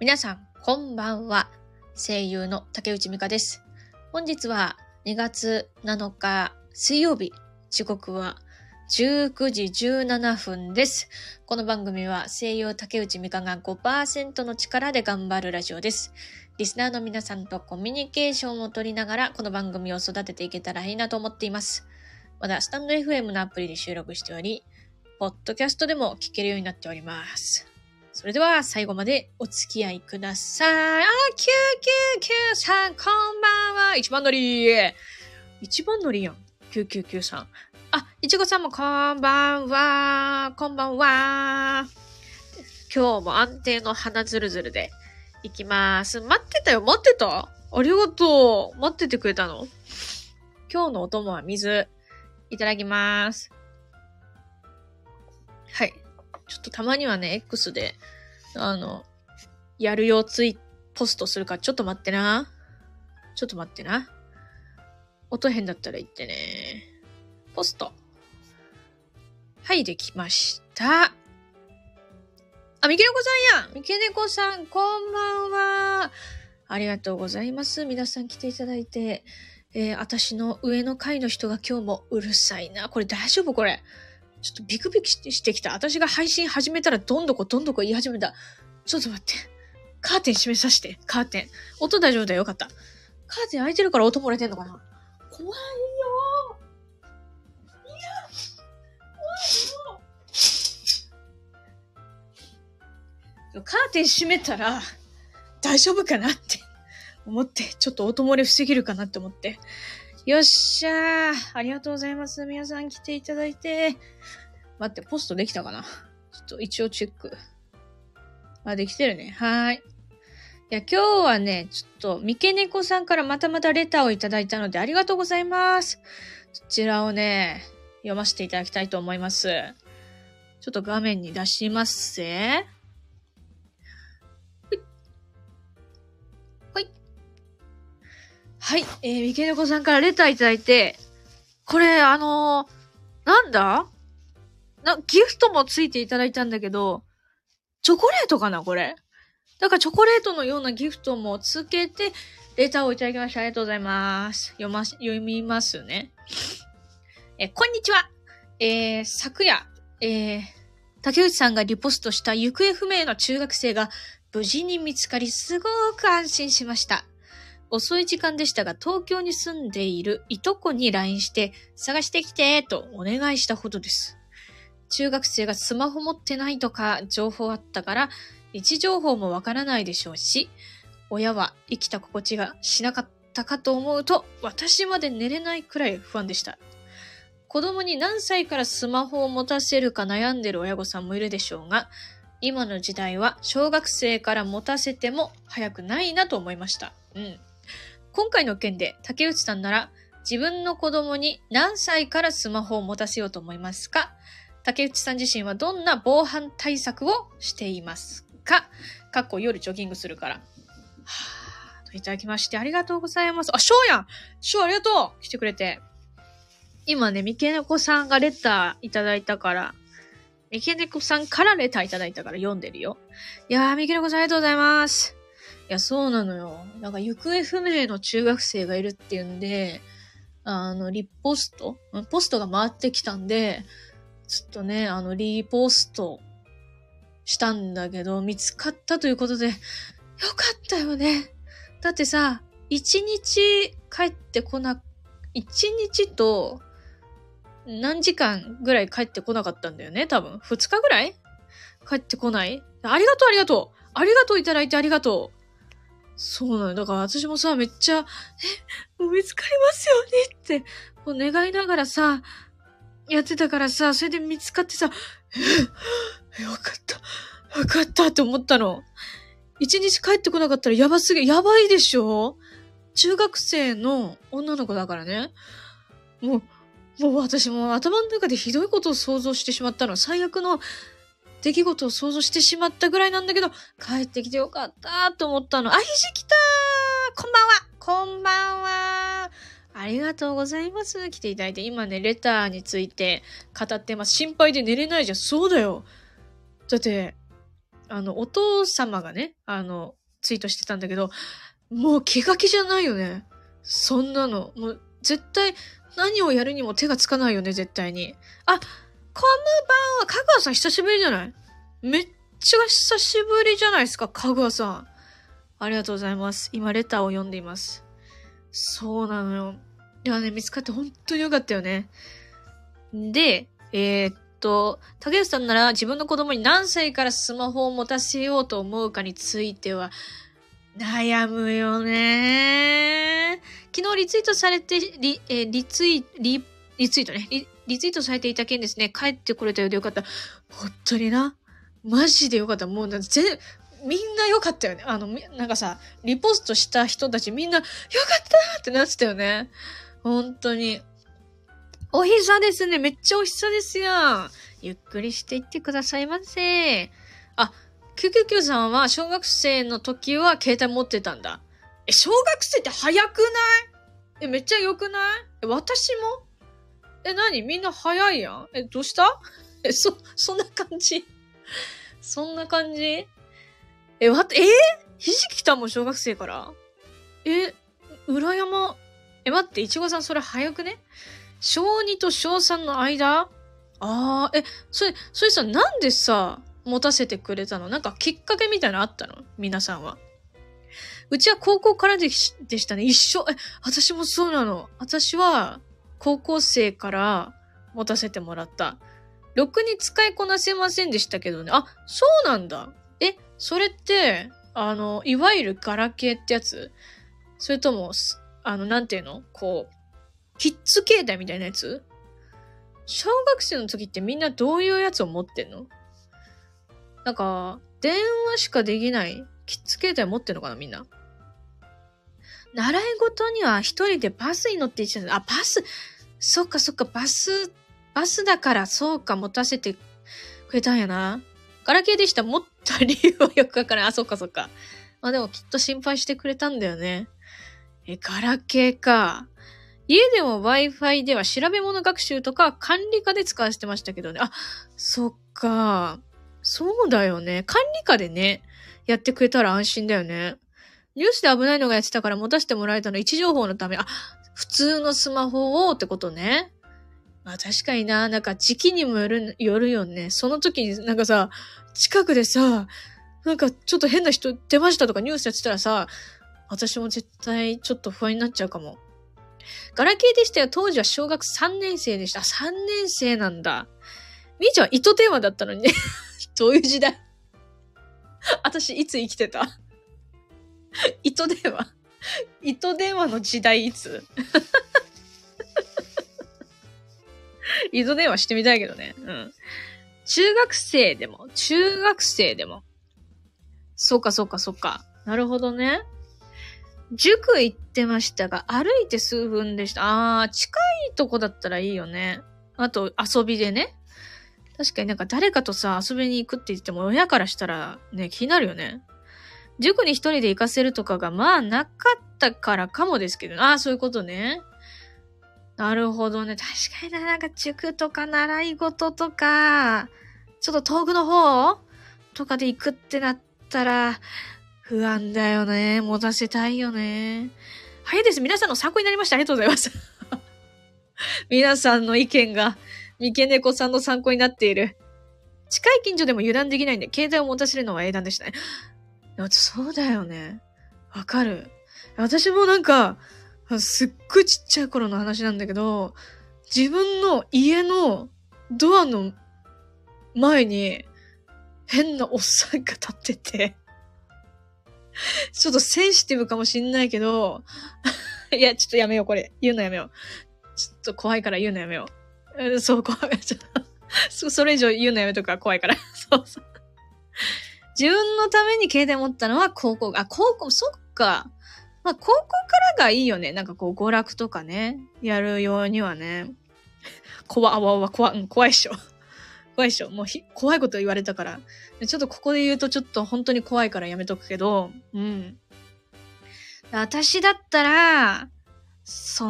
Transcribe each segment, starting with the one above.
皆さん、こんばんは。声優の竹内美香です。本日は2月7日水曜日、時刻は19時17分です。この番組は声優竹内美香が 5% の力で頑張るラジオです。リスナーの皆さんとコミュニケーションを取りながらこの番組を育てていけたらいいなと思っています。まだスタンド FM のアプリで収録しており、ポッドキャストでも聞けるようになっております。それでは最後までお付き合いください。999さん、こんばんは。一番乗り。一番乗りやん。999さん。いちごさんもこんばんは。こんばんは。今日も安定の鼻ずるずるでいきます。待ってたよ。待ってた？ありがとう。待っててくれたの？今日のお供は水。いただきます。はい。ちょっとたまにはね、X で、やるよポストするから、ちょっと待ってな。ちょっと待ってな。音変だったら言ってね。ポスト。はい、できました。みけねこさんやん。みけねこさん、こんばんは。ありがとうございます。皆さん来ていただいて。私の上の階の人が今日もうるさいな。これ大丈夫これ。ちょっとビクビクしてきた。私が配信始めたらどんどこ言い始めた。ちょっと待って。カーテン閉めさせて。カーテン。音大丈夫だよ。よかった。カーテン開いてるから音漏れてんのかな？怖いよー。いや、怖いよ。カーテン閉めたら大丈夫かなって思って、ちょっと音漏れ防げるかなって思って。よっしゃー。ありがとうございます。皆さん来ていただいて。待って、ポストできたかな？ちょっと一応チェック。できてるね。はーい。いや、今日はね、ちょっと、三毛猫さんからまたレターをいただいたのでありがとうございます。そちらをね、読ませていただきたいと思います。ちょっと画面に出しますぜ。はい。三毛猫さんからレターいただいて、これ、なんだ？ギフトもついていただいたんだけど、チョコレートかなこれ。だからチョコレートのようなギフトもつけて、レターをいただきました。ありがとうございます。読みますね。こんにちは。昨夜、竹内さんがリポストした行方不明の中学生が無事に見つかり、すごく安心しました。遅い時間でしたが、東京に住んでいるいとこに LINE して、探してきて、とお願いしたほどです。中学生がスマホ持ってないとか情報あったから、位置情報もわからないでしょうし、親は生きた心地がしなかったかと思うと、私まで寝れないくらい不安でした。子供に何歳からスマホを持たせるか悩んでる親御さんもいるでしょうが、今の時代は小学生から持たせても早くないなと思いました。今回の件で竹内さんなら自分の子供に何歳からスマホを持たせようと思いますか？竹内さん自身はどんな防犯対策をしていますか？夜ジョギングするから。といただきましてありがとうございます。ショーやん！ショーありがとう！来てくれて。今ね、三毛猫さんがレターいただいたから、三毛猫さんからレターいただいたから読んでるよ。いやー、三毛猫さんありがとうございます。いや、そうなのよ。なんか行方不明の中学生がいるっていうんで、ポストが回ってきたんで、ちょっとね、リポストしたんだけど、見つかったということで、よかったよね。だってさ、1日と何時間ぐらい帰ってこなかったんだよね、多分。2日ぐらい帰ってこない？ありがとういただいてありがとう。そうなの。だから私もさ、めっちゃ、もう見つかりますよねって、もう願いながらさ、やってたからさ、それで見つかってさ、よかったって思ったの。1日帰ってこなかったらやばいでしょ？中学生の女の子だからね。もう私も頭の中でひどいことを想像してしまったの。最悪の出来事を想像してしまったぐらいなんだけど、帰ってきてよかったと思ったの。ひじきたー！こんばんはありがとうございます。来ていただいて、今ね、レターについて語ってます。心配で寝れないじゃん。そうだよ。だって、 お父様がね、ツイートしてたんだけど、もう気が気じゃないよね。そんなの。もう、絶対、何をやるにも手がつかないよね、絶対に。あ、こんばんは、かぐわさん久しぶりじゃない？めっちゃ久しぶりじゃないですか、かぐわさん。ありがとうございます。今、レターを読んでいます。そうなのよ。いやね、見つかって本当によかったよね。で、竹内さんなら自分の子供に何歳からスマホを持たせようと思うかについては、悩むよね。昨日リツイートされて、リツイートね。リツイートされていた件ですね。帰ってこれたようでよかった。本当にな。マジでよかった。もうみんなよかったよね。なんかさ、リポストした人たちみんな、よかったってなってたよね。本当に。お膝ですね。めっちゃお膝ですよ。ゆっくりしていってくださいませ。あ、999さんは小学生の時は携帯持ってたんだ。小学生って早くない？めっちゃ良くない？私も？何？みんな早いやん。どうした？そんな感じ？そんな感じ？ひじきたんも小学生から？裏山。待って、いちごさんそれ早くね？小2と小3の間？それさ、なんでさ、持たせてくれたの？なんかきっかけみたいなのあったの？皆さんは。うちは高校からでしたね。一緒。私もそうなの。私は高校生から持たせてもらった。ろくに使いこなせませんでしたけどね。あ、そうなんだ。それって、いわゆるガラケーってやつ？それとも、なんていうの？こう、キッズ携帯みたいなやつ？小学生の時ってみんなどういうやつを持ってんの？なんか、電話しかできないキッズ携帯持ってんのかなみんな。習い事には一人でバスに乗って行っちゃう。バス。そっか、バスだからそうか持たせてくれたんやな。ガラケーでした。持った理由はよくわからない。そっか。でもきっと心配してくれたんだよね。ガラケーか。家でも Wi-Fi では調べ物学習とか管理課で使わせてましたけどね。そっか。そうだよね。管理課でね、やってくれたら安心だよね。ニュースで危ないのがやってたから持たせてもらえたの位置情報のため。普通のスマホをってことね。確かにな。なんか時期にもよるよね。その時になんかさ、近くでさ、なんかちょっと変な人出ましたとかニュースやってたらさ、私も絶対ちょっと不安になっちゃうかも。ガラケーでしたよ。当時は小学3年生でした。3年生なんだ。みーちゃんは糸電話だったのにね。どういう時代？私いつ生きてた？糸電話の時代いつ？糸電話してみたいけどね。うん。中学生でも。そうか。なるほどね。塾行ってましたが、歩いて数分でした。近いとこだったらいいよね。あと、遊びでね。確かになんか誰かとさ、遊びに行くって言っても親からしたらね、気になるよね。塾に一人で行かせるとかがなかったからかもですけど、そういうことね。なるほどね。確かになんか塾とか習い事とか、ちょっと遠くの方とかで行くってなったら、不安だよね。持たせたいよね。はいです。皆さんの参考になりました。ありがとうございます。皆さんの意見が、三毛猫さんの参考になっている。近い近所でも油断できないんで、携帯を持たせるのは英断でしたね。そうだよね。わかる。私もなんか、すっごいちっちゃい頃の話なんだけど、自分の家のドアの前に変なおっさんが立ってて、ちょっとセンシティブかもしんないけど、いや、ちょっとやめよう、これ。言うのやめよう。ちょっと怖いから言うのやめよう。そう、怖い。ちょっとそれ以上言うのやめとくから怖いから。そう。自分のために携帯持ったのは高校。そっか。高校からがいいよね。なんか娯楽とかね。やるようにはね。怖いっしょ。怖いっしょ。もう怖いこと言われたから。ちょっとここで言うとちょっと本当に怖いからやめとくけど、うん。私だったら、小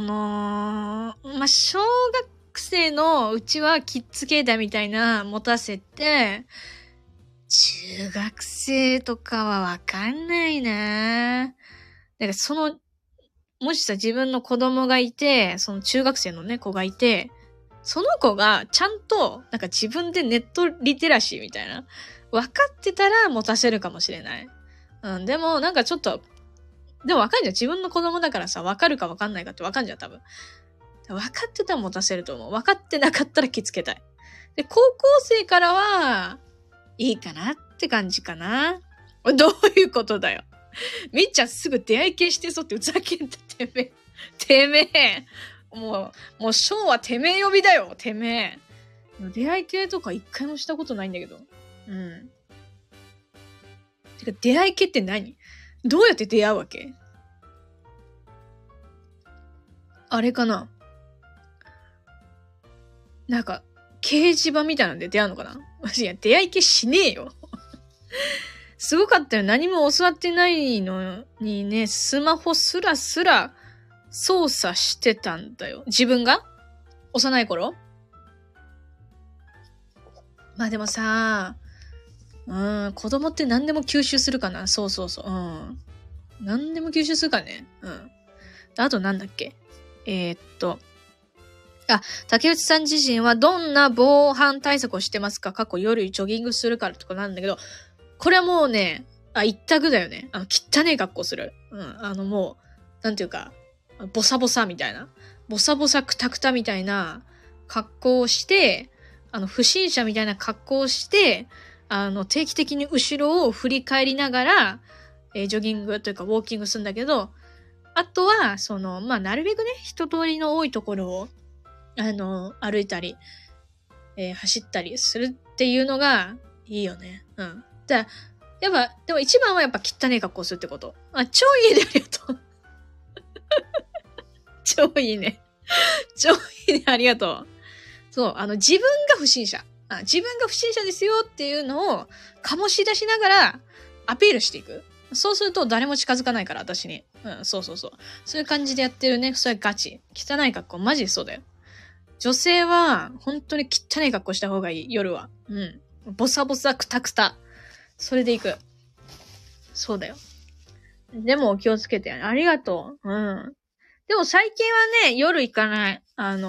学生のうちはキッズ携帯みたいな持たせて、 中学生とかはわかんないな。だからもしさ、自分の子供がいて、その中学生のね、子がいて、その子がちゃんと、なんか自分でネットリテラシーみたいな、分かってたら持たせるかもしれない。でもなんかちょっと、でも分かんじゃん。自分の子供だからさ、分かるか分かんないかって分かんじゃん、多分。分かってたら持たせると思う。分かってなかったら気つけたい。で、高校生からは、いいかなって感じかな。どういうことだよ。みっちゃんすぐ出会い系してそうってふざけんな、てめえ。もう、昭和てめえ呼びだよ、てめえ。出会い系とか一回もしたことないんだけど。てか、出会い系って何？どうやって出会うわけ？あれかな？なんか、掲示板みたいなので出会うのかな？いや、出会い系しねえよ。すごかったよ。何も教わってないのにね、スマホすら操作してたんだよ。自分が幼い頃？まあでもさ、子供って何でも吸収するかな。そう。何でも吸収するからね。あとなんだっけ？竹内さん自身はどんな防犯対策をしてますか？過去夜ジョギングするからとかなんだけど、これはもうね、一択だよね。汚ねえ格好する。もう、なんていうか、ボサボサみたいな。ボサボサクタクタみたいな格好をして、不審者みたいな格好をして、定期的に後ろを振り返りながら、ジョギングというかウォーキングするんだけど、あとは、なるべくね、人通りの多いところを、歩いたり、走ったりするっていうのがいいよね。やっぱ、でも一番はやっぱ汚い格好するってこと。超いいね、ありがとう。超いいね。超いいね、ありがとう。そう、自分が不審者。自分が不審者ですよっていうのを醸し出しながらアピールしていく。そうすると誰も近づかないから、私に。そう。そういう感じでやってるね。それガチ。汚い格好、マジでそうだよ。女性は、本当に汚い格好した方がいい、夜は。ボサボサクタクタ。それで行く。そうだよ。でも気をつけて。ありがとう。でも最近はね、夜行かない。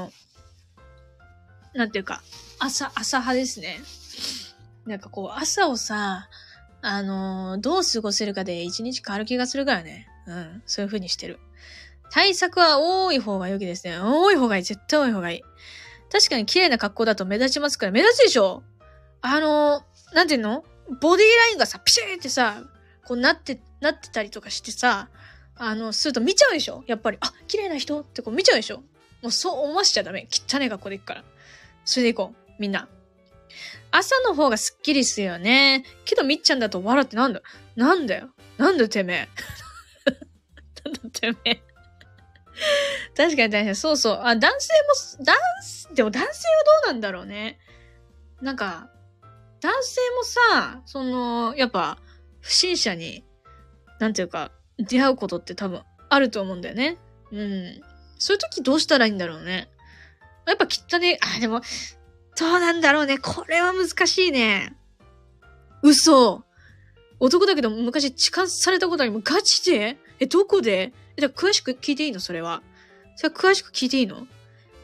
なんていうか、朝派ですね。なんかこう、朝をさ、どう過ごせるかで一日変わる気がするからね。そういう風にしてる。対策は多い方が良きですね。多い方がいい。絶対多い方がいい。確かに綺麗な格好だと目立ちますから、目立つでしょ？なんていうの？ボディラインがさ、ピシーってさ、こうなってたりとかしてさ、すると見ちゃうでしょ？やっぱり、綺麗な人ってこう見ちゃうでしょ？もうそう思わしちゃダメ。汚い格好で行くから。それで行こう。みんな。朝の方がスッキリするよね。けどみっちゃんだと笑ってなんだよ。なんだてめえ。なんだてめえ。確かに。そう。でも男性はどうなんだろうね。なんか、男性もさ、やっぱ、不審者に、なんていうか、出会うことって多分あると思うんだよね。そういう時どうしたらいいんだろうね。やっぱ汚ね、でも、どうなんだろうね。これは難しいね。嘘。男だけど昔痴漢されたことありもガチで？どこで？だから詳しく聞いていいの？それは詳しく聞いていいの？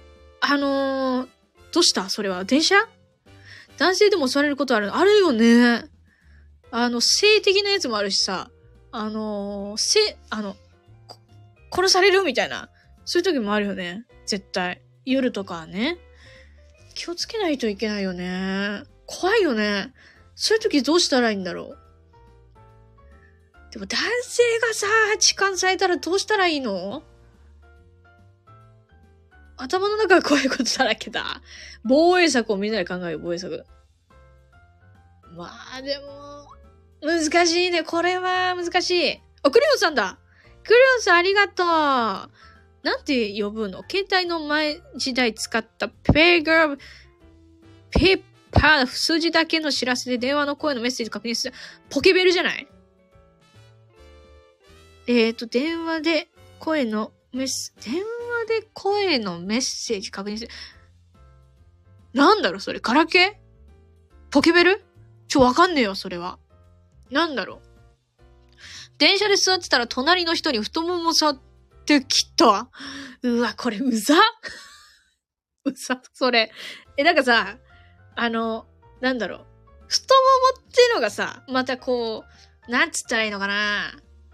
どうした？それは電車？男性でも襲われることあるよね。性的なやつもあるしさ、殺されるみたいな。そういう時もあるよね。絶対。夜とかはね。気をつけないといけないよね。怖いよね。そういう時どうしたらいいんだろう。でも男性がさ、痴漢されたらどうしたらいいの？頭の中が怖いことだらけだ。防衛策をみんなで考えよう、防衛策。まあでも、難しいね。これは難しい。クレヨンさんだ。クレヨンさんありがとう。なんて呼ぶの？携帯の前時代使ったペーパー、数字だけの知らせで電話の声のメッセージ確認する。ポケベルじゃない？電話で声のメッセージ確認する。なんだろうそれ？ガラケー？ポケベル？ わかんねえよ、それは。なんだろう。電車で座ってたら隣の人に太もも触ってきた。うわ、これうざそれ。なんかさ、なんだろう。太ももっていうのがさ、またこう、なんつったらいいのかな。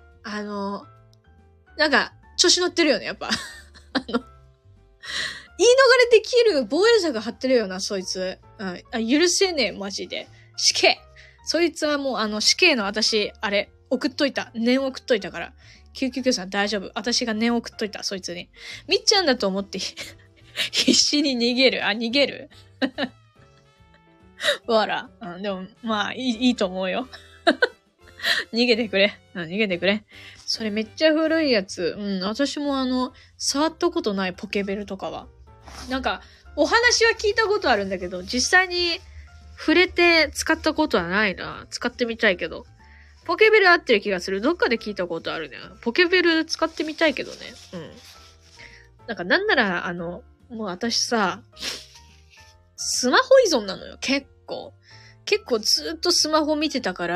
なんか、調子乗ってるよね、やっぱ。言い逃れできる防衛策張ってるよな、そいつ。うん。許せねえ、マジで。死刑。そいつはもう死刑の私、あれ、送っといた。念送っといたから。999さん大丈夫。私が念送っといた、そいつに。みっちゃんだと思って必死に逃げる。逃げるわら。でも、まあ、いいと思うよ。逃げてくれ。逃げてくれ。それめっちゃ古いやつ。私も触ったことないポケベルとかは。なんか、お話は聞いたことあるんだけど、実際に触れて使ったことはないな。使ってみたいけど。ポケベル合ってる気がする。どっかで聞いたことあるね。ポケベル使ってみたいけどね。なんかなんなら、もう私さ、スマホ依存なのよ。結構ずっとスマホ見てるから、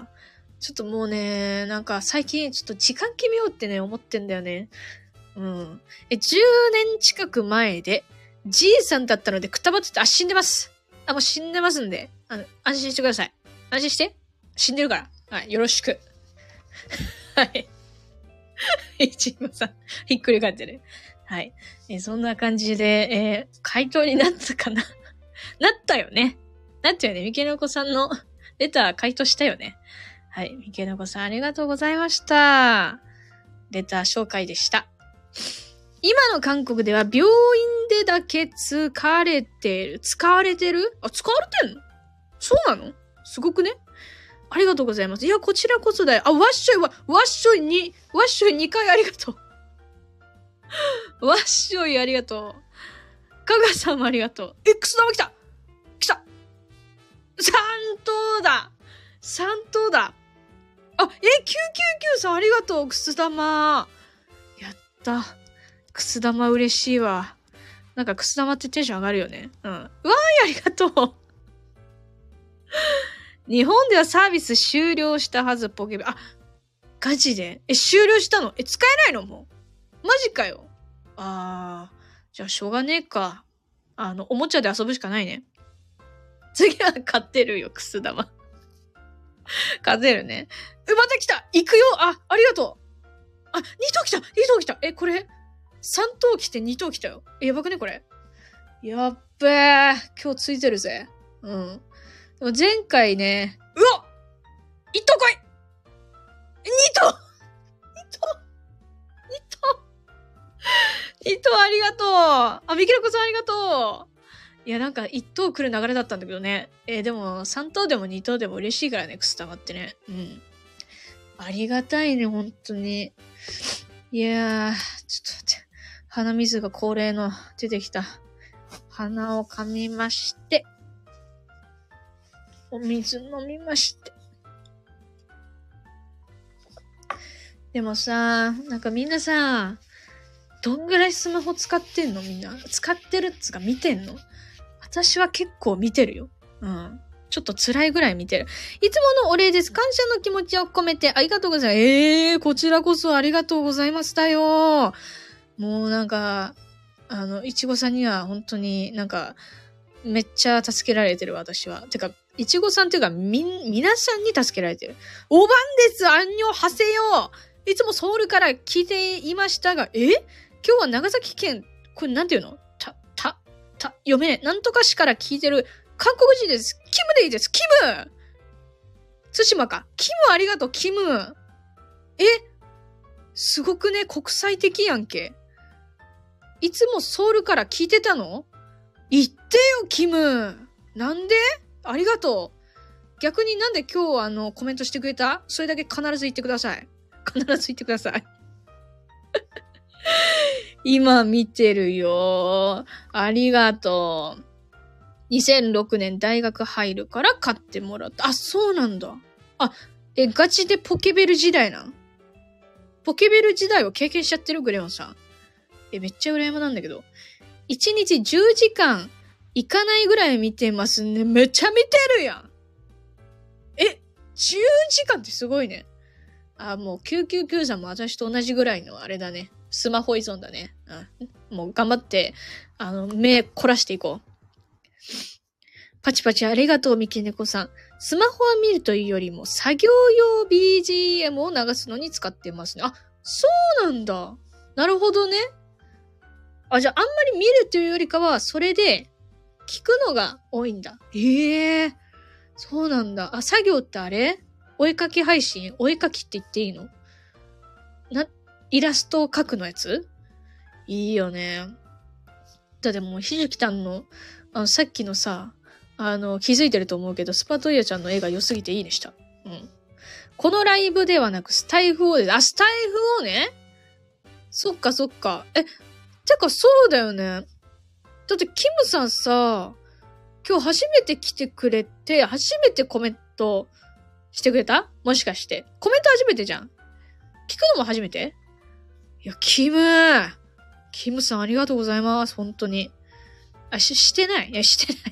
ちょっともうね、なんか最近ちょっと時間決めようってね、思ってんだよね。10年近く前で、じいさんだったのでくたばってて、死んでます。もう死んでますんで、安心してください。安心して。死んでるから。はい、よろしく。はい。一番さん、ひっくり返ってる。はい。そんな感じで、回答になったかななったよね。なったよね。みけのこさんのレター回答したよね。はい。みけのこさんありがとうございました。レター紹介でした。今の韓国では病院でだけ使われてる使われてんの？そうなの？すごくね？ありがとうございます。いや、こちらこそだよ。わっしょい2回ありがとう。わっしょいありがとう。かがさんもありがとう。くす玉来た3等だ。999さんありがとう、くす玉。やった。くす玉嬉しいわ。なんかくす玉ってテンション上がるよね。うわーい、ありがとう。日本ではサービス終了したはず、ポケベル。ガチで終了したの？使えないのもう？マジかよ。じゃあしょうがねえか。おもちゃで遊ぶしかないね。次は買ってるよ、くす玉。勝てるね。また来た！行くよ！ありがとう！2等来た！これ、3等来て2等来たよ。やばくねこれ。やっべー。今日ついてるぜ。でも前回ね、1等来い！ 2等ありがとう！みきらこさんありがとう！いや、なんか1等来る流れだったんだけどね。でも3等でも2等でも嬉しいからね、くす玉ってね。ありがたいね、本当に。いやー、ちょっと待って。鼻水が恒例の出てきた。鼻を噛みまして。お水飲みまして。でもさ、なんかみんなさ、どんぐらいスマホ使ってんの？みんな。使ってるっつか見てんの？私は結構見てるよ。ちょっと辛いぐらい見てる。いつものお礼です。感謝の気持ちを込めてありがとうございます。こちらこそありがとうございましたよ。もうなんか、いちごさんには本当になんか、めっちゃ助けられてる私は。てか、いちごさんっていうか、皆さんに助けられてる。おばんです。アンニョハセヨ。いつもソウルから聞いていましたが、今日は長崎県、これなんていうの？読めねえ。なんとか市から聞いてる韓国人です。キムでいいです。キム！対馬か。キムありがとう、キム。すごくね、国際的やんけ。いつもソウルから聞いてたの？言ってよ、キム。なんで？ありがとう。逆になんで今日コメントしてくれた？それだけ必ず言ってください。必ず言ってください。今見てるよ。ありがとう。2006年大学入るから買ってもらった。そうなんだ。ガチでポケベル時代ポケベル時代を経験しちゃってるグレオンさん。めっちゃ羨まなんだけど。1日10時間いかないぐらい見てますね。めっちゃ見てるやん。 時間ってすごいね。もう999さんも私と同じぐらいのあれだね。スマホ依存だね。もう頑張って、目凝らしていこう。パチパチありがとう、みきねこさん。スマホは見るというよりも作業用 BGM を流すのに使ってますね。そうなんだ。なるほどね。じゃああんまり見るというよりかは、それで聞くのが多いんだ。そうなんだ。作業ってあれ？お絵かき配信？お絵かきって言っていいの？イラストを描くのやつ？いいよね。だってもうひじきたんの、さっきのさ、気づいてると思うけど、スパトイヤちゃんの絵が良すぎていいねした。このライブではなく、スタイフをです。スタイフをね。そっかそっか。てかそうだよね。だってキムさんさ、今日初めて来てくれて、初めてコメントしてくれた？もしかして。コメント初めてじゃん。聞くのも初めて？いや、キムさんありがとうございます。本当に。してない。いや、してない。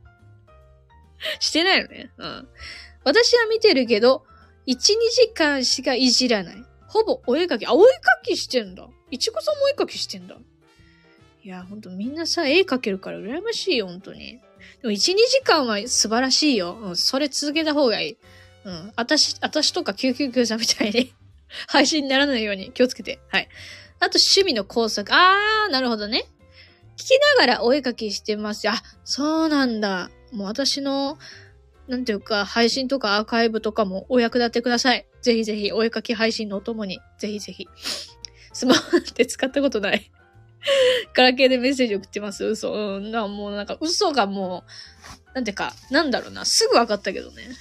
してないよね。私は見てるけど、1、2時間しかいじらない。ほぼお絵かき。お絵かきしてんだ。いちこさんもお絵かきしてんだ。いや、ほんとみんなさ、絵かけるから羨ましいよ、ほんとに。でも1、2時間は素晴らしいよ。それ続けた方がいい。私とか999さんみたいに配信にならないように気をつけて。はい。あと趣味の工作。なるほどね。聞きながらお絵かきしてます。そうなんだ。もう私の、なんていうか、配信とかアーカイブとかもお役立てください。ぜひぜひ、お絵かき配信のお供に。ぜひぜひ。スマホなんて使ったことない。ガラケーでメッセージ送ってます。嘘。もうなんか嘘がもう、なんていうか、なんだろうな。すぐ分かったけどね。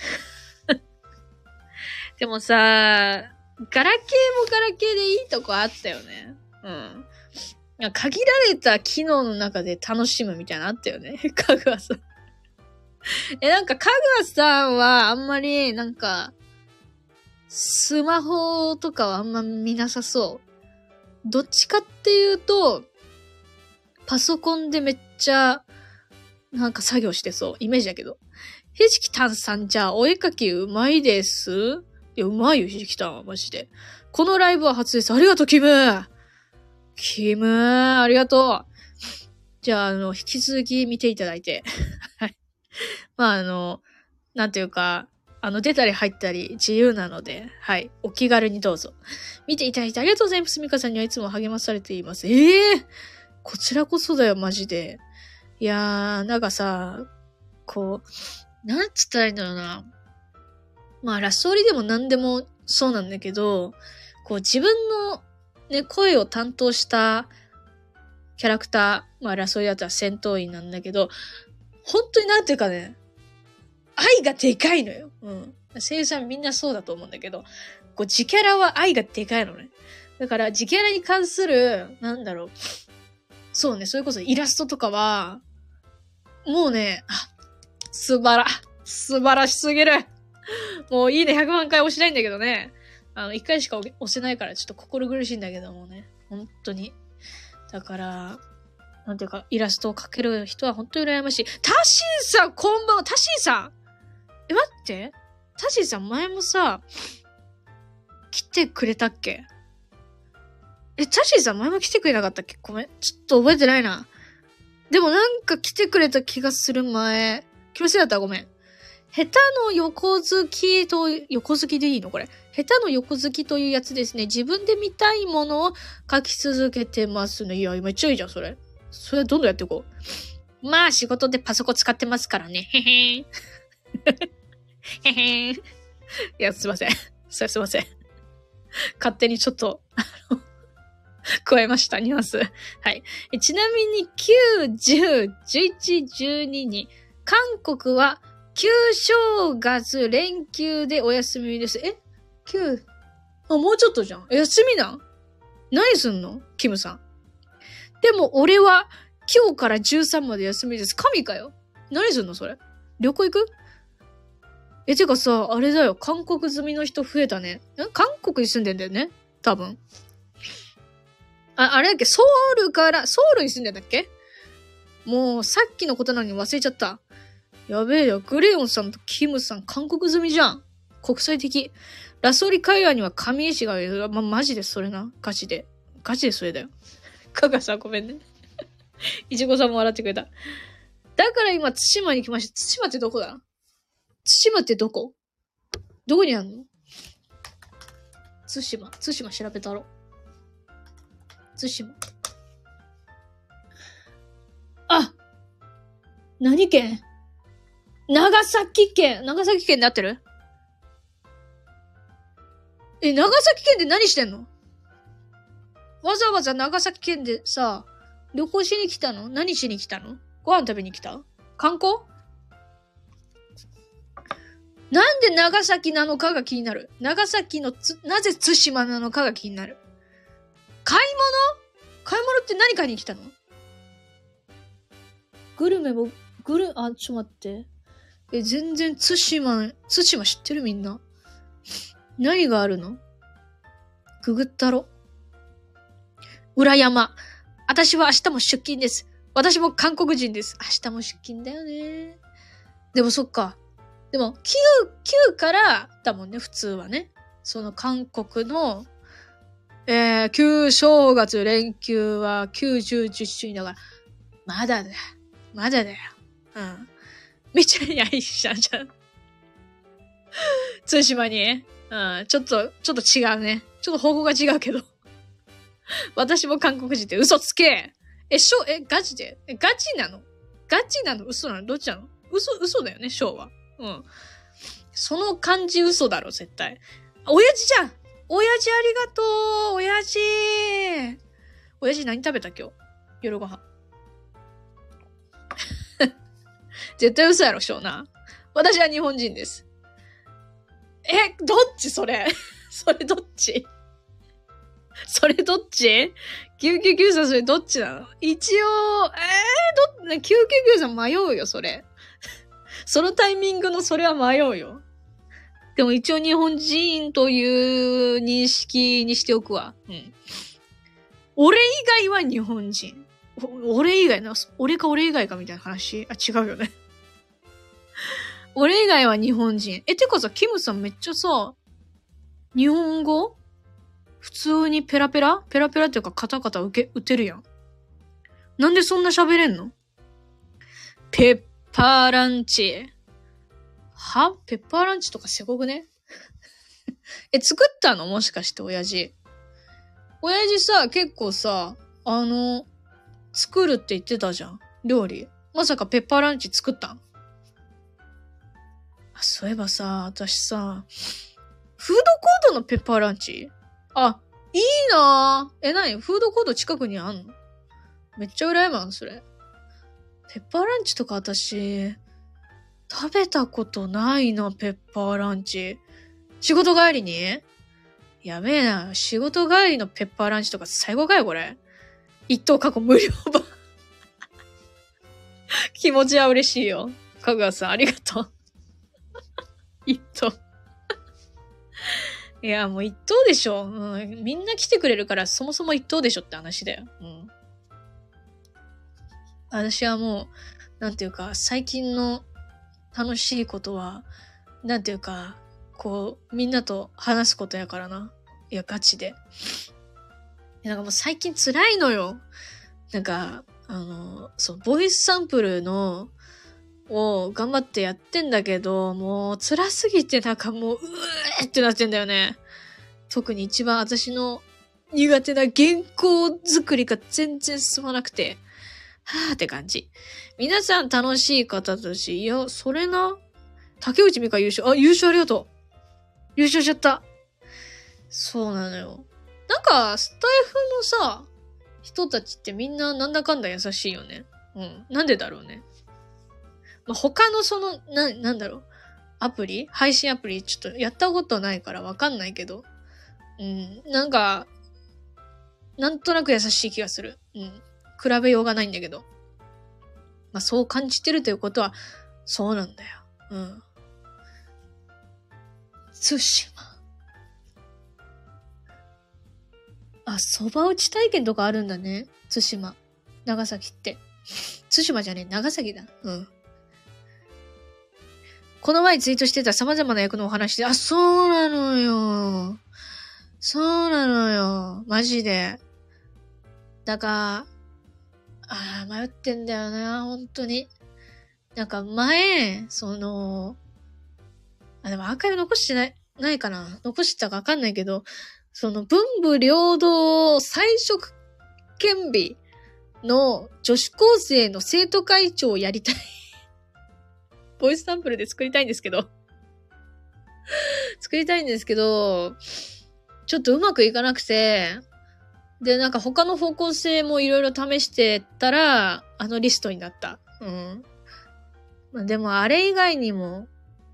でもさ、ガラケーもガラケーでいいとこあったよね。限られた機能の中で楽しむみたいなのあったよね。かぐわさん。なんかかぐわさんはあんまりなんか、スマホとかはあんま見なさそう。どっちかっていうと、パソコンでめっちゃ、なんか作業してそう。イメージだけど。ひじきたんさんじゃあお絵かきうまいです？いや、うまいよ、ひじきたんは、マジで。このライブは初です。ありがとう、キム、ありがとう。じゃあ、引き続き見ていただいて。はい。なんていうか、出たり入ったり自由なので、はい。お気軽にどうぞ。見ていただいてありがとうございます。ミカさんにはいつも励まされています。こちらこそだよ、マジで。いやー、なんかさ、こう、なんつったらいいんだろうな。ラストオリでも何でもそうなんだけど、こう自分のね、声を担当したキャラクター、ラストオリだったら戦闘員なんだけど、本当になんていうかね、愛がでかいのよ。声優さんみんなそうだと思うんだけど、こう自キャラは愛がでかいのね。だから自キャラに関する、なんだろう。そうね、それこそイラストとかは、もうね、素晴らしすぎる。もういいね、100万回押したいんだけどね。1回しか押せないからちょっと心苦しいんだけどもね。本当に。だから、なんていうか、イラストを描ける人は本当に羨ましい。タシンさん、こんばんは。タシンさん待って。タシンさん、前もさ、来てくれたっけ？タシンさん、前も来てくれなかったっけ？ごめん。ちょっと覚えてないな。でもなんか来てくれた気がする前。気のせいだったらごめん。下手の横好きでいいのこれ。下手の横好きというやつですね。自分で見たいものを書き続けてますね。いや、めっちゃいいじゃん、それ。それどんどんやっていこう。仕事でパソコン使ってますからね。へへん。へへん。いや、すいません。すいません。勝手にちょっと、加えました、ニュアンス。はい。ちなみに、9、10、11、12に、韓国は、旧正月連休でお休みです。9、もうちょっとじゃん。休みなん？何すんの？キムさん。でも俺は今日から13まで休みです。神かよ。何すんのそれ？旅行行く？てかさ、あれだよ。韓国済みの人増えたね。韓国に住んでんだよね？多分。あれだっけ？ソウルに住んでんだっけ？もうさっきのことなのに忘れちゃった。やべえよ。グレヨンさんとキムさん韓国済みじゃん。 国際的。ラソリ海岸には上石がある。マジでそれな。ガチで。ガチでそれだよ。かがさんごめんね。いちごさんも笑ってくれた。だから今、対馬に来ました。対馬ってどこだ？対馬ってどこ？どこにあんの？対馬調べたろ。対馬。あ！何県？長崎県で合ってる？長崎県で何してんの？わざわざ長崎県でさ、旅行しに来たの？何しに来たの？ご飯食べに来た？観光？なんで長崎なのかが気になる。長崎のなぜ対馬なのかが気になる。買い物って何買いに来たの？グルメも、ちょっと待って。全然対馬知ってるみんな。何があるの？ググったろ。裏山。私は明日も出勤です。私も韓国人です。明日も出勤だよね。でもそっか。でも、9からだもんね、普通はね。その韓国の、旧正月連休は9、10、10週にだから、まだだよ。うん。めっちゃいいじゃん。対馬に。うん。ちょっと違うね。ちょっと方向が違うけど。私も韓国人って嘘つけ。ガチで？ガチなの？嘘なの？どっちなの？嘘だよね、昭和。うん。その感じ嘘だろ、絶対。親父じゃん！親父ありがとう！親父何食べた今日？夜ご飯。絶対嘘やろ、翔な。私は日本人です。どっちそれそれどっち?999 さんそれどっちなの？一応、999さん迷うよ、それ。そのタイミングのそれは迷うよ。でも一応日本人という認識にしておくわ。うん。俺以外は日本人。俺以外かみたいな話。違うよね。俺以外は日本人。てかさ、キムさんめっちゃさ、日本語普通にペラペラっていうかカタカタ打てるやん。なんでそんな喋れんの？ペッパーランチ。ペッパーランチとかすごくね？作ったの？もしかして親父。親父さ、結構さ、作るって言ってたじゃん。料理。まさかペッパーランチ作ったん？そういえばさ、私さ、フードコートのペッパーランチ？いいなぁ。何？フードコート近くにあんの？めっちゃ羨まん、それ。ペッパーランチとか私、食べたことないな、ペッパーランチ。仕事帰りに？やべえな。仕事帰りのペッパーランチとか最後かよ、これ。一等過去無料版。気持ちは嬉しいよ。かぐわさん、ありがとう。一等。いや、もう一等でしょ。うん。みんな来てくれるから、そもそも一等でしょって話だよ。うん。私はもう、なんていうか、最近の楽しいことは、なんていうか、みんなと話すことやからな。いや、ガチで。なんかもう最近辛いのよ。なんか、ボイスサンプルを頑張ってやってんだけど、もう辛すぎてなんかもう、ってなってんだよね。特に一番私の苦手な原稿作りが全然進まなくて、はぁって感じ。皆さん楽しい方だし、いや、それな。竹内美香優勝。優勝ありがとう。優勝しちゃった。そうなのよ。なんか、スタイフのさ、人たちってみんななんだかんだ優しいよね。うん。なんでだろうね。他のなんだろう。配信アプリ、ちょっとやったことないからわかんないけど。うん。なんか、なんとなく優しい気がする。うん。比べようがないんだけど。そう感じてるということは、そうなんだよ。うん。対馬。蕎麦打ち体験とかあるんだね。対馬。長崎って。対馬じゃねえ、長崎だ。うん。 この前ツイートしてた様々な役のお話で、あ、そうなのよ。そうなのよ。マジで。だから、迷ってんだよな、本当に。なんか前、でもアーカイブ残してないかな。残してたかわかんないけど、文武両道才色兼備の女子高生の生徒会長をやりたい。ボイスサンプルで作りたいんですけど、ちょっとうまくいかなくて、で、なんか他の方向性もいろいろ試してたら、リストになった。うん。まあ、でもあれ以外にも、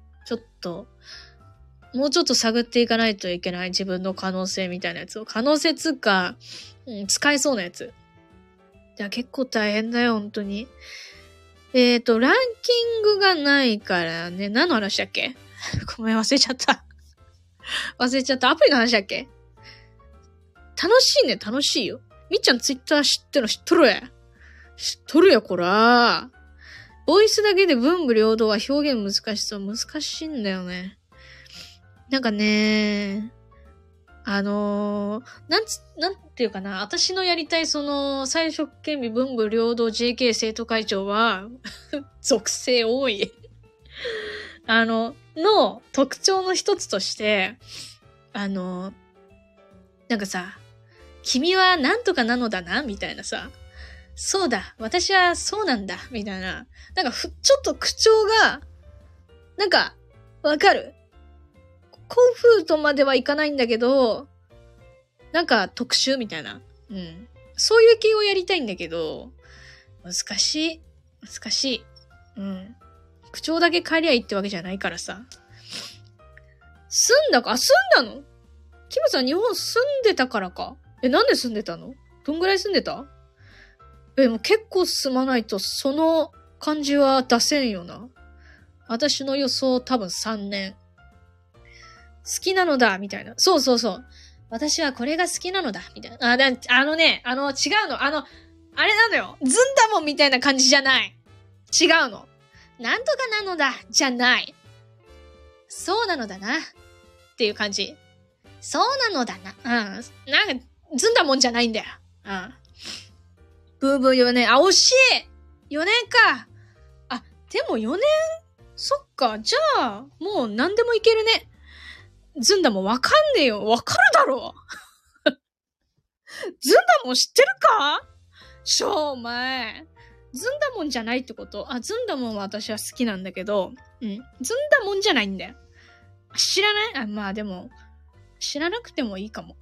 もうちょっと探っていかないといけない自分の可能性みたいなやつを。可能性つうか、使えそうなやつ。いや、結構大変だよ、本当に。ランキングがないからね。何の話だっけごめん、忘れちゃった。アプリの話だっけ楽しいね、楽しいよ。みっちゃんツイッター知っとるや、こら。ボイスだけで文武両道は表現難しそう。難しいんだよね。なんかね、なんていうかな、私のやりたい才色兼備文武両道 JK 生徒会長は、属性多い。の特徴の一つとして、なんかさ、君はなんとかなのだなみたいなさ、そうだ、私はそうなんだ、みたいな。なんかちょっと口調が、なんか、わかる？古風とまではいかないんだけど、なんか特殊みたいな。うん。そういう系をやりたいんだけど、難しい。うん。口調だけ変えりゃいいってわけじゃないからさ。住んだの？キムさん日本住んでたからか。なんで住んでたの？どんぐらい住んでた？もう結構住まないとその感じは出せんよな。私の予想多分3年。好きなのだ、みたいな。そう。私はこれが好きなのだ、みたいな。違うの。あれなのよ。ずんだもんみたいな感じじゃない。違うの。なんとかなのだ、じゃない。そうなのだな。っていう感じ。そうなのだな。なんか、ずんだもんじゃないんだよ。ブーブー4年。惜しい !4 年か。でも4年そっか。じゃあ、もう何でもいけるね。ずんだもんわかんねえよ。わかるだろずんだもん知ってるか？お前。ずんだもんじゃないってこと？ずんだもんは私は好きなんだけど、ずんだもんじゃないんだよ。知らない？まあでも、知らなくてもいいかも。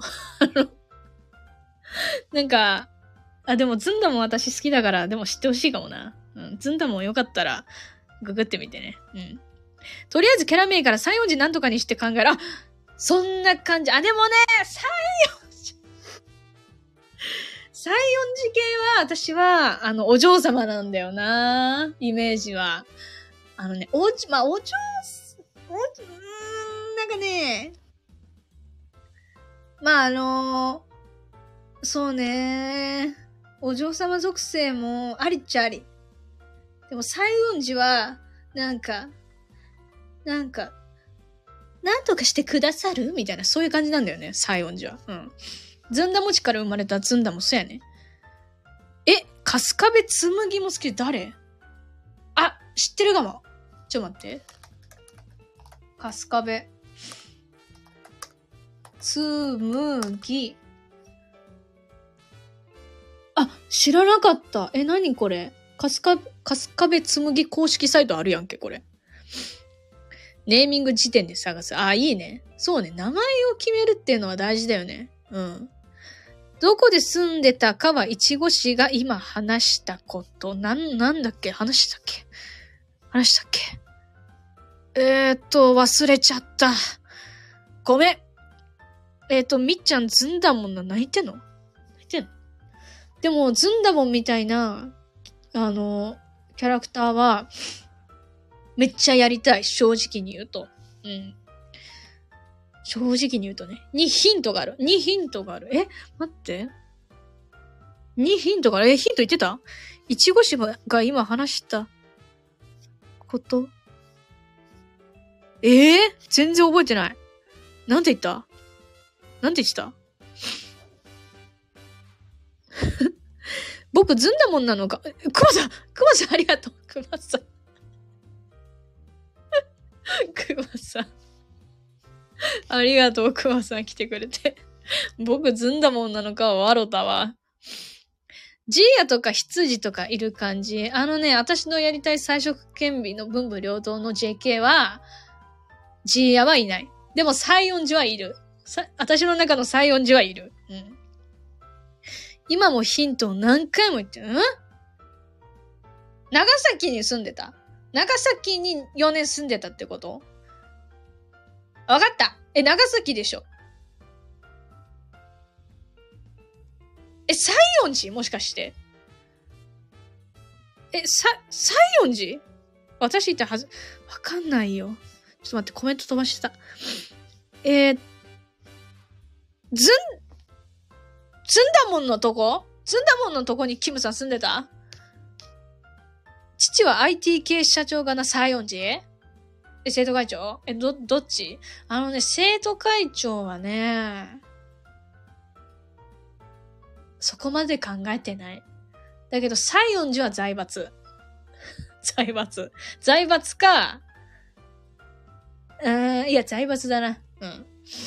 なんか、でもずんだもん私好きだから、でも知ってほしいかもな。ずんだもんよかったら、ググってみてね。とりあえずキャラ名から西園寺なんとかにして考える。そんな感じ。でもね、西園寺系は、私は、お嬢様なんだよな。イメージは。なんかね、そうね。お嬢様属性もありっちゃあり。でも西園寺は、なんとかしてくださるみたいな、そういう感じなんだよね、西園寺は。ずんだ餅から生まれたずんだもそうやね。春日部紬も好き。誰？知ってるかも。ちょっと待って。春日部紬。知らなかった。何これ？春日部紬公式サイトあるやんけ、これ。ネーミング時点で探す。いいね。そうね。名前を決めるっていうのは大事だよね。どこで住んでたかは、いちご氏が今話したこと。なんだっけ？話したっけ忘れちゃった。ごめん。みっちゃんずんだもんな、泣いてんの？でも、ずんだもんみたいな、キャラクターは、めっちゃやりたい。正直に言うと。正直に言うとね。2ヒントがある。待って。2ヒントがある。ヒント言ってた？いちごしが今話したこと。 全然覚えてない。なんて言った僕ずんだもんなのか。くまさんありがとう。くまさん。ありがとう、くまさん来てくれて。僕ずんだもんなのかはわろたわ。ジーヤとか羊とかいる感じ。私のやりたい才色兼備の文武両道の JK は、ジーヤはいない。でも西園寺はいる。私の中の西園寺はいる。うん。今もヒントを何回も言ってる。長崎に住んでた。長崎に4年住んでたってこと？わかった。長崎でしょ。西園寺もしかして。西園寺私言ったはず。わかんないよ。ちょっと待って、コメント飛ばしてた。ずんだもんのとこにキムさん住んでた？父は IT 系社長がな、西園寺？生徒会長？どっち？生徒会長はね、そこまで考えてない。だけど、西園寺は財閥。財閥か、いや、財閥だな。うん。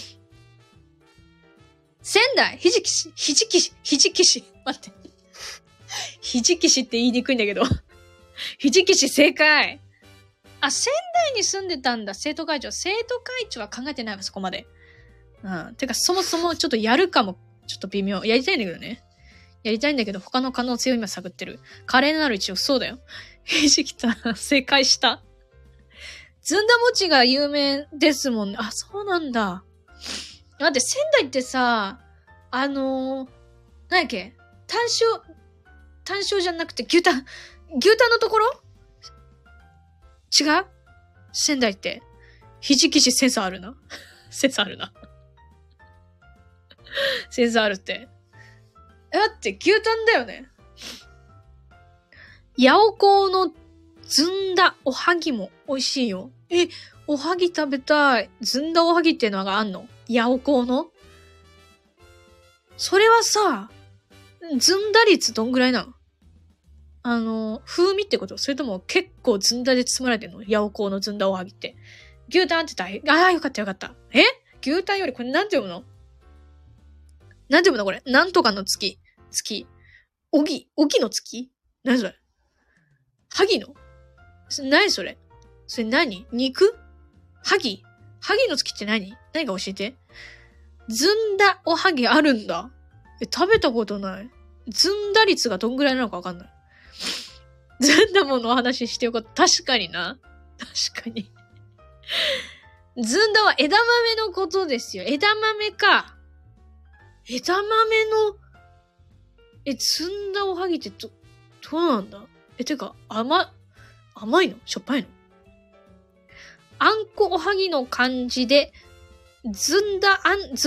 仙台、ひじきし。待って。ひじきしって言いにくいんだけど。ひじきし正解。仙台に住んでたんだ、生徒会長。生徒会長は考えてないわ、そこまで。てか、そもそもちょっとやるかも、ちょっと微妙。やりたいんだけどね。他の可能性を今探ってる。華麗なる一応、そうだよ。ひじきた、正解した。ずんだ餅が有名ですもんね。そうなんだ。待って、仙台ってさ、なんだっけ？単勝じゃなくて牛タンのところ？違う？仙台って。ひじきしセンスあるな。センスあるって。だって牛タンだよね。八百港のずんだおはぎも美味しいよ。おはぎ食べたい。ずんだおはぎっていうのがあんの？八百港の？それはさ、ずんだ率どんぐらいなの？風味ってこと？それとも結構ずんだで包まれてんの？八百港のずんだおはぎって。牛タンって大変。よかった。牛タンよりこれなんて読むのこれ。なんとかの月。おぎの月？何それ？はぎの？何それ？それ何？肉？はぎの月って何か教えて。ずんだおはぎあるんだ。食べたことない。ずんだ率がどんぐらいなのかわかんない。ずんだものお話ししてよかった。確かに。ずんだは枝豆のことですよ。枝豆か。枝豆の、ずんだおはぎってどうなんだ？てか、甘いの？しょっぱいの？あんこおはぎの漢字で、ずんだ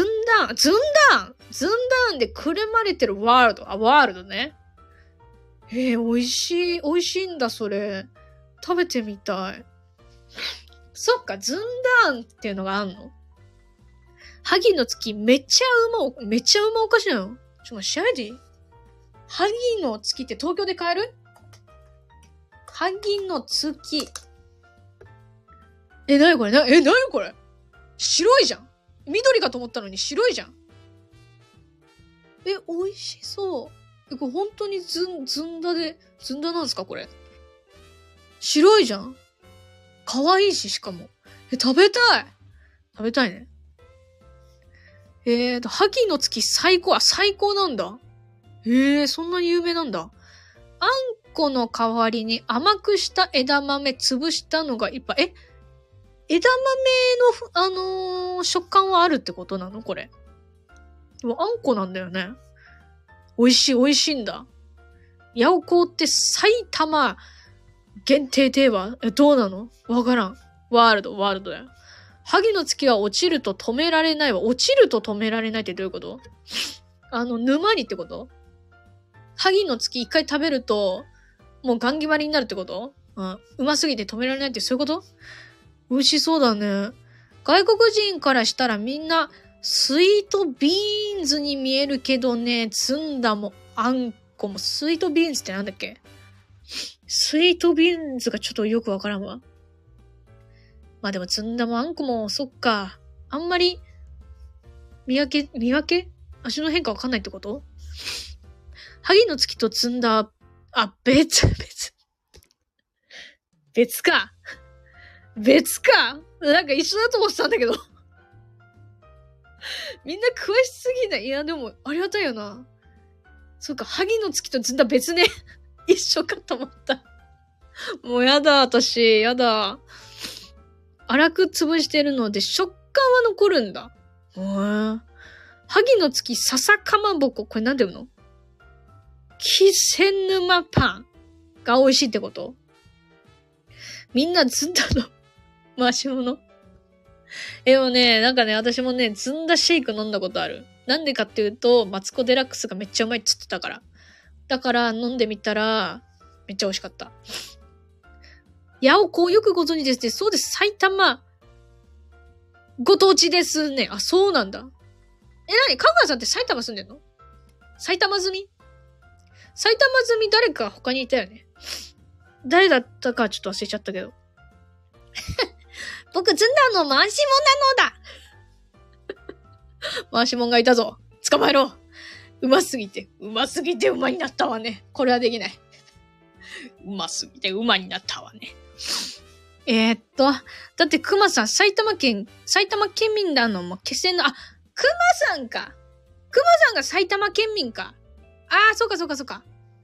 んでくるまれてるワールドね。美味しいんだ、それ。食べてみたい。そっか、ずんだんっていうのがあんの？はぎの月、めっちゃうまおかしいの？調べていい？はぎの月って東京で買える？はぎの月。なにこれ？白いじゃん。緑かと思ったのに白いじゃん。美味しそう。これ本当にずんだなんですかこれ。白いじゃん。可愛いし、しかも。食べたいね。はぎの月最高なんだ。そんなに有名なんだ。あんこの代わりに甘くした枝豆潰したのがいっぱい。枝豆の、食感はあるってことなのこれ。でもあんこなんだよね。美味しいんだ。八百港って埼玉限定定番？どうなの？わからん。ワールドだよ。はぎの月は落ちると止められないわ。落ちると止められないってどういうこと？沼にってこと？はぎの月一回食べると、もうガン決まりになるってこと？うますぎて止められないってそういうこと？ 美味しそうだね。外国人からしたらみんな、スイートビーンズに見えるけどね、ずんだもあんこも、スイートビーンズってなんだっけ？スイートビーンズがちょっとよくわからんわ。まあでもずんだもあんこも、そっか。あんまり、見分け味の変化わかんないってこと？萩の月とずんだ、別か。なんか一緒だと思ってたんだけど。みんな詳しすぎない。いや、でも、ありがたいよな。そうか、萩の月とずんだ別ね。一緒かと思った。もうやだ、私。やだ。粗く潰してるので、食感は残るんだ。萩の月笹かまぼこ。これなんて言うの？気仙沼パンが美味しいってこと？みんなずんだの回し物？でもね、なんかね、私もね、ずんだシェイク飲んだことある。なんでかっていうと、マツコデラックスがめっちゃうまいっつってたから。だから飲んでみたら、めっちゃ美味しかった。ヤオコよくご存知ですね。そうです。埼玉、ご当地ですね。あ、そうなんだ。かぐわさんって埼玉住んでんの？埼玉住み誰か他にいたよね。誰だったかちょっと忘れちゃったけど。僕、ずんだの回しもなのだ回しもんがいたぞ。捕まえろ。うますぎて馬になったわね。これはできない。うますぎて馬になったわね。だって熊さん、埼玉県民だの、もう気仙の、熊さんか。熊さんが埼玉県民か。そうか。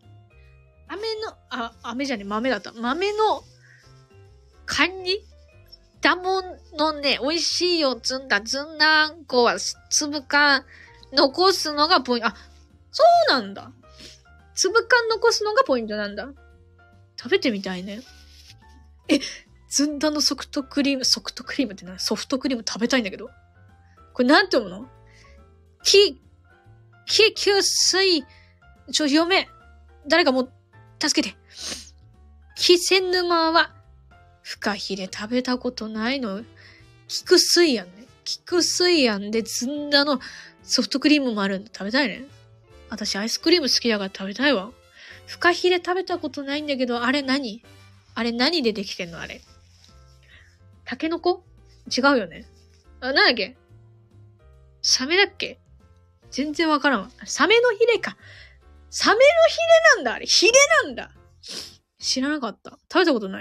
豆だった。豆の管理だものね、美味しいよ、ずんだあんこは粒感残すのがポイント。そうなんだ。粒感残すのがポイントなんだ。食べてみたいね。ずんだのソフトクリームって何？ソフトクリーム食べたいんだけど。これなんて読むの？読め。誰かもう、助けて。気仙沼は、フカヒレ食べたことないの？菊水庵ね。菊水庵でずんだのソフトクリームもあるんだ。食べたいね。私アイスクリーム好きだから食べたいわ。フカヒレ食べたことないんだけど、あれ何でできてんの？あれ。タケノコ？違うよね。なんだっけ？サメだっけ？全然わからんわ。サメのヒレか。サメのヒレなんだ、あれ。ヒレなんだ。知らなかった。食べたことない。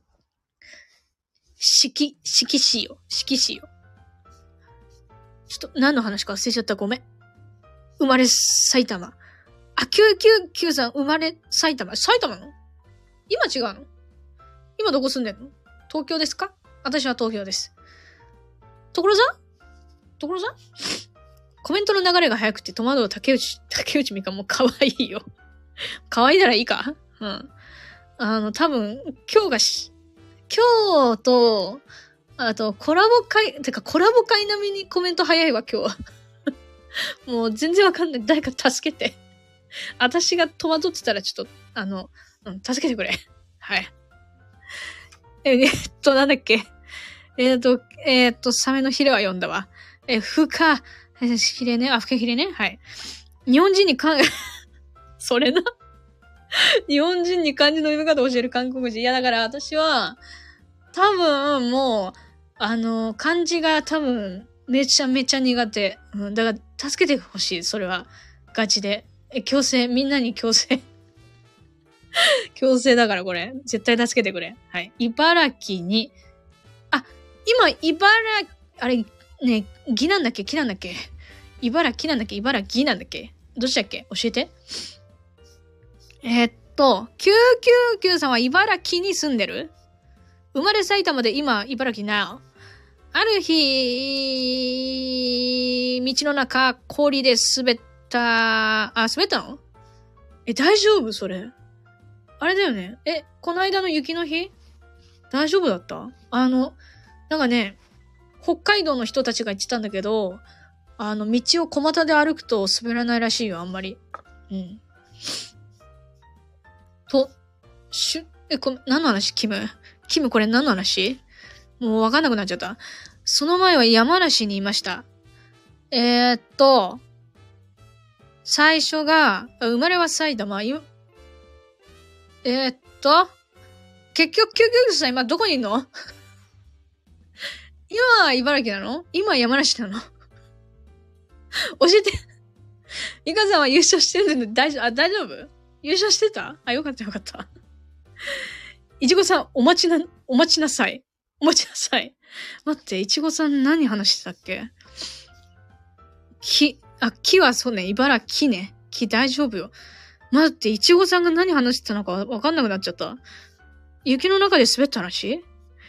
色紙よ。ちょっと、何の話か忘れちゃった。ごめん。生まれ埼玉。999さん、生まれ埼玉。埼玉の？今違うの？今どこ住んでんの？東京ですか？私は東京です。所さんコメントの流れが早くて戸惑う竹内美香も可愛いよ。可愛いならいいか？うん。多分、今日と、あと、コラボ会並みにコメント早いわ、今日は。もう全然わかんない。誰か助けて。私が戸惑ってたらちょっと、助けてくれ。はい。なんだっけ。サメのヒレは読んだわ。フカヒレね。フカヒレね。はい。日本人にそれな。日本人に漢字の読み方を教える韓国人。いや、だから私は、多分もう、漢字が多分、めちゃめちゃ苦手。だから、助けてほしい。それは。ガチで。みんなに強制。強制だからこれ。絶対助けてくれ。はい。茨城に、あれ、ね、木なんだっけ茨城なんだっけどっちだっけ教えて。999さんは茨城に住んでる？生まれ埼玉で今、茨城な。ある日、道の中、氷で滑った。滑ったの？大丈夫それ。あれだよね。この間の雪の日？大丈夫だった？なんかね、北海道の人たちが言ってたんだけど、道を小股で歩くと滑らないらしいよ、あんまり。うん。何の話？キムこれ何の話？ もうわかんなくなっちゃった。その前は山梨にいました。最初が、生まれは埼玉、結局、救急車今どこにいんの今は茨城なの？今山梨なの？教えて。ミカさんは優勝してるんで大丈夫？優勝してた？あ、よかったよかった。いちごさん、お待ちなさい。待って、いちごさん何話してたっけ？木はそうね、茨城ね。木大丈夫よ。待って、いちごさんが何話してたのかわかんなくなっちゃった。雪の中で滑った話？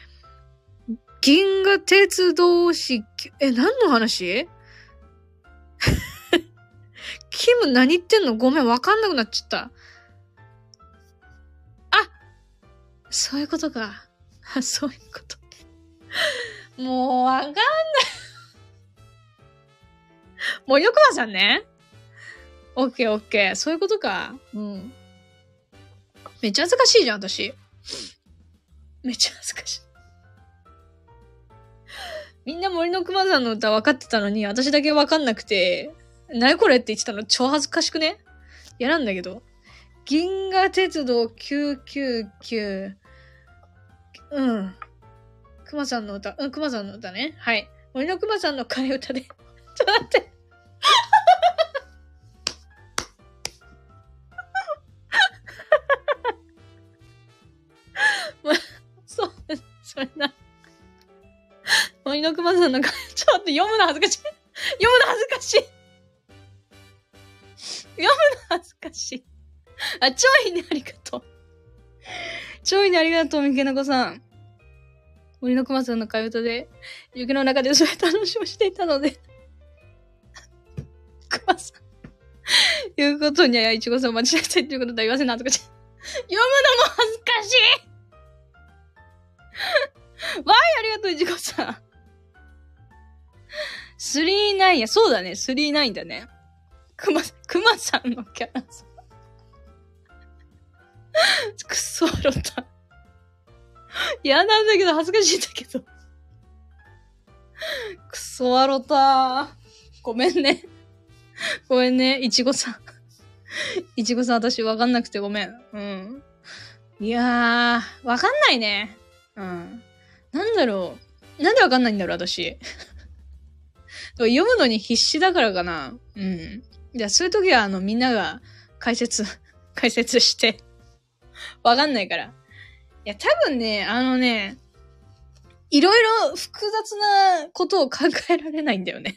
銀河鉄道式、何の話？キム何言ってんの？ごめん、わかんなくなっちゃった。そういうことか。そういうこと。もうわかんない。森の熊さんね。オッケー。そういうことか。うん。めっちゃ恥ずかしいじゃん、私。めっちゃ恥ずかしい。みんな森の熊さんの歌分かってたのに、私だけ分かんなくて、何これって言ってたの超恥ずかしくね？嫌なんだけど。銀河鉄道999。うん。熊さんの歌。熊さんの歌ね。はい。森の熊さんの替え歌で。ちょっと待って。それな。森の熊さんの替え、ちょっと読むの恥ずかしい。あ、ちょいね、ありがとう。三毛猫さん。森の熊さんの替え歌で、雪の中でそういう話をしていたので。熊さん。言うことにはいちごさんを間違えたいということでは言わせなとか読むのも恥ずかしい。わい、ありがとう、いちごさん。39や、そうだね、39だね。熊さんのキャラさん。くそ笑った。嫌なんだけど、恥ずかしいんだけど。くそ笑った。ごめんね、いちごさん。私わかんなくてごめん。うん。いやー、わかんないね。うん。なんだろう。なんでわかんないんだろう、私。読むのに必死だからかな。うん。じゃあ、そういう時は、みんなが解説して。わかんないから。いや、多分ね、いろいろ複雑なことを考えられないんだよね。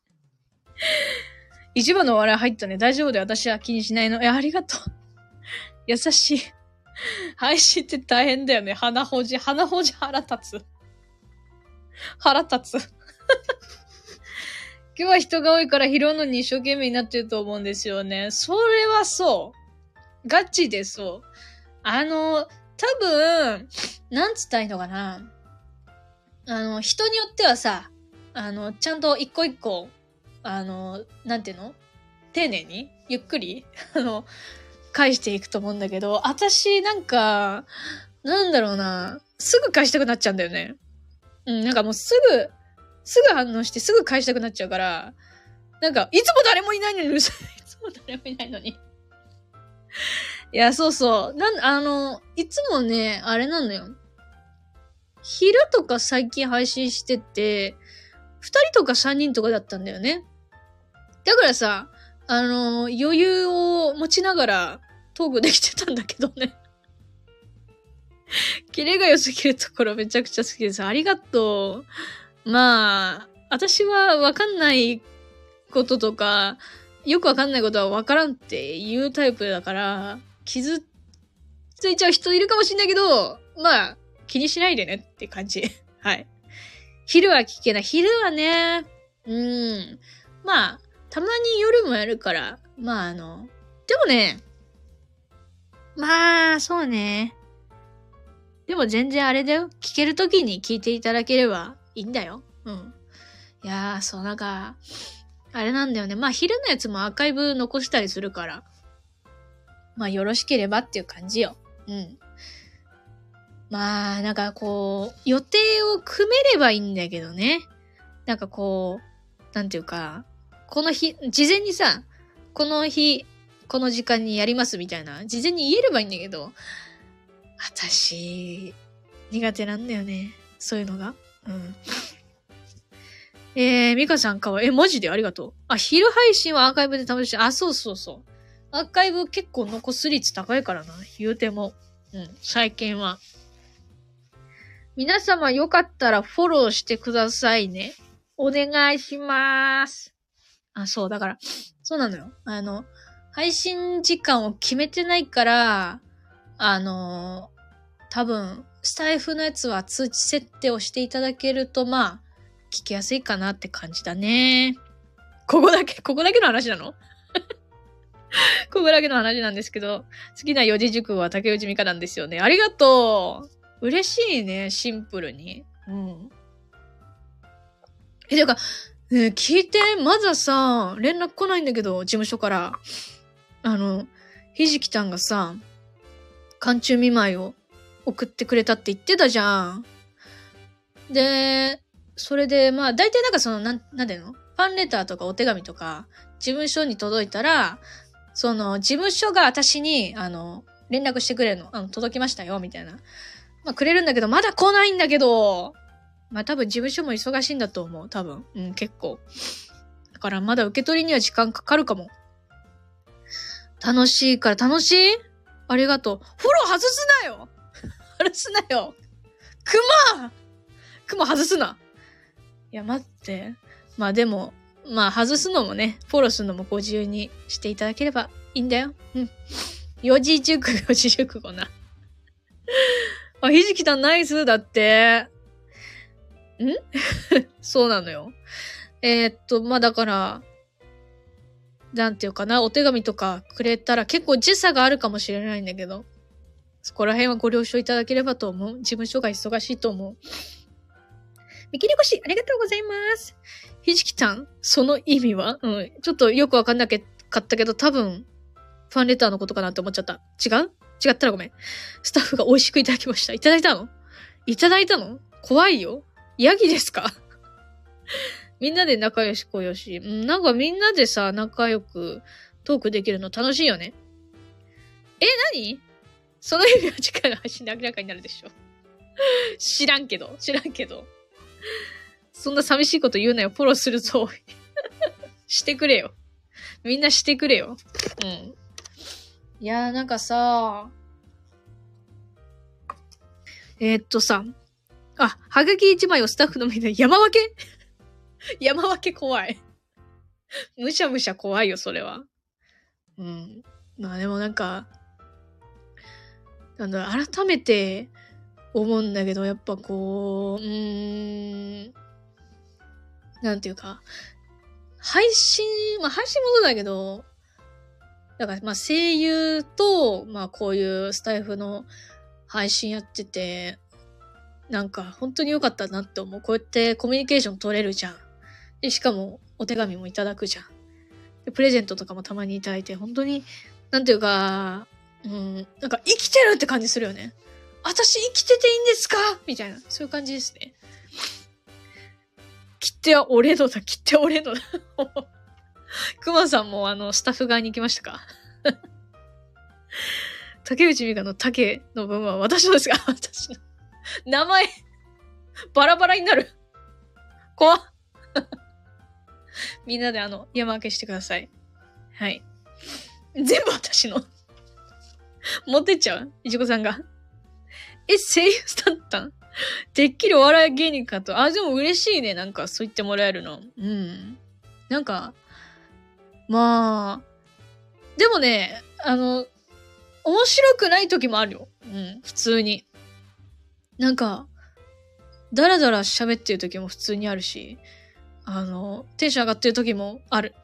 一番の笑い入ったね。大丈夫で私は気にしないの。ありがとう。優しい。配信って大変だよね。鼻ほじ腹立つ。今日は人が多いから拾うのに一生懸命になってると思うんですよね。それはそう。ガチでそう。多分、なんつったらいいのかな。人によってはさ、ちゃんと一個一個、なんていうの？丁寧にゆっくり返していくと思うんだけど、私なんか、なんだろうな、すぐ返したくなっちゃうんだよね。なんかもうすぐ反応してすぐ返したくなっちゃうから、なんか、いつも誰もいないのにいや、そうそう。いつもね、あれなのよ。昼とか最近配信してて、2人とか3人とかだったんだよね。だからさ、余裕を持ちながらトークできてたんだけどね。キレが良すぎるところめちゃくちゃ好きです。ありがとう。まあ、私はわかんないこととか、よくわかんないことはわからんっていうタイプだから、傷ついちゃう人いるかもしんないけど、まあ、気にしないでねって感じ。はい。昼は聞けない。昼はね、まあ、たまに夜もやるから、まあでもね、まあ、そうね。でも全然あれだよ。聞けるときに聞いていただければいいんだよ。うん。いやー、そう、なんか、あれなんだよね。まあ、昼のやつもアーカイブ残したりするから。まあ、よろしければっていう感じよ。うん。 まあ、なんかこう、予定を組めればいいんだけどね。なんかこう、なんていうか、この日、事前にさ、この日、この時間にやりますみたいな、事前に言えればいいんだけど、私、苦手なんだよね。そういうのが。うん。ミカさんかわいい。マジでありがとう。あ、昼配信はアーカイブで試して、あ、そうそうそう。アーカイブ結構残す率高いからな。言うても。うん、最近は。皆様よかったらフォローしてくださいね。お願いします。あ、そう、だから、そうなのよ。配信時間を決めてないから、多分、スタイフのやつは通知設定をしていただけると、まあ、聞きやすいかなって感じだね。ここだけの話なのここだけの話なんですけど、好きな四字熟語は竹内美香なんですよね。ありがとう。嬉しいね、シンプルに。うん。てか、ね、聞いて、まださ、連絡来ないんだけど、事務所から。ひじきたんがさ、寒中見舞いを送ってくれたって言ってたじゃん。で、それで、まあ、大体なんかその、なんていうの？ファンレターとかお手紙とか、事務所に届いたら、その、事務所が私に、連絡してくれるの。届きましたよ、みたいな。まあ、くれるんだけど、まだ来ないんだけど、まあ、多分事務所も忙しいんだと思う。多分。うん、結構。だからまだ受け取りには時間かかるかも。楽しいから楽しい？ありがとう。フォロー外すなよ外すなよクマ外すな。いや、待って。まあでも、まあ外すのもね、フォローするのもご自由にしていただければいいんだよ。うん。四字熟語な。あ、ひじきたんナイスだって。んそうなのよ。まあだから、なんていうかな、お手紙とかくれたら結構時差があるかもしれないんだけど、そこら辺はご了承いただければと思う。事務所が忙しいと思う。見切り星、ありがとうございます。ひじきたん、その意味はちょっとよくわかんなかったけど、多分、ファンレターのことかなって思っちゃった。違ったらごめん。スタッフが美味しくいただきました。いただいたの怖いよ。ヤギですかみんなで仲良しこよし。なんかみんなでさ、仲良くトークできるの楽しいよね。何その意味は次回の配信で明らかになるでしょ。知らんけど。そんな寂しいこと言うなよ。フォローするぞ。してくれよ。みんなしてくれよ。うん。いやーなんかさ、さ、はがき1枚をスタッフのみんな山分け怖い。むしゃむしゃ怖いよ、それは。うん。まあでもなんか、改めて思うんだけど、やっぱこう、なんていうか、配信もそうだけど、だからまあ声優と、まあこういうスタイフの配信やってて、なんか本当に良かったなって思う。こうやってコミュニケーション取れるじゃん。で、しかもお手紙もいただくじゃん。で、プレゼントとかもたまにいただいて、本当に、なんていうか、なんか生きてるって感じするよね。私生きてていいんですかみたいな。そういう感じですね。切手は俺のだ。熊さんもスタッフ側に行きましたか竹内美香の竹の分は私のですが、私の。名前、バラバラになる。怖っ。みんなで山分けしてください。はい。全部私の。持ってっちゃういちこさんが。声優だったんてっきりお笑い芸人かと。でも嬉しいね。なんかそう言ってもらえるの。なんか、まあ、でもね、面白くない時もあるよ。普通に。なんか、だらだら喋ってる時も普通にあるし、テンション上がってる時もある。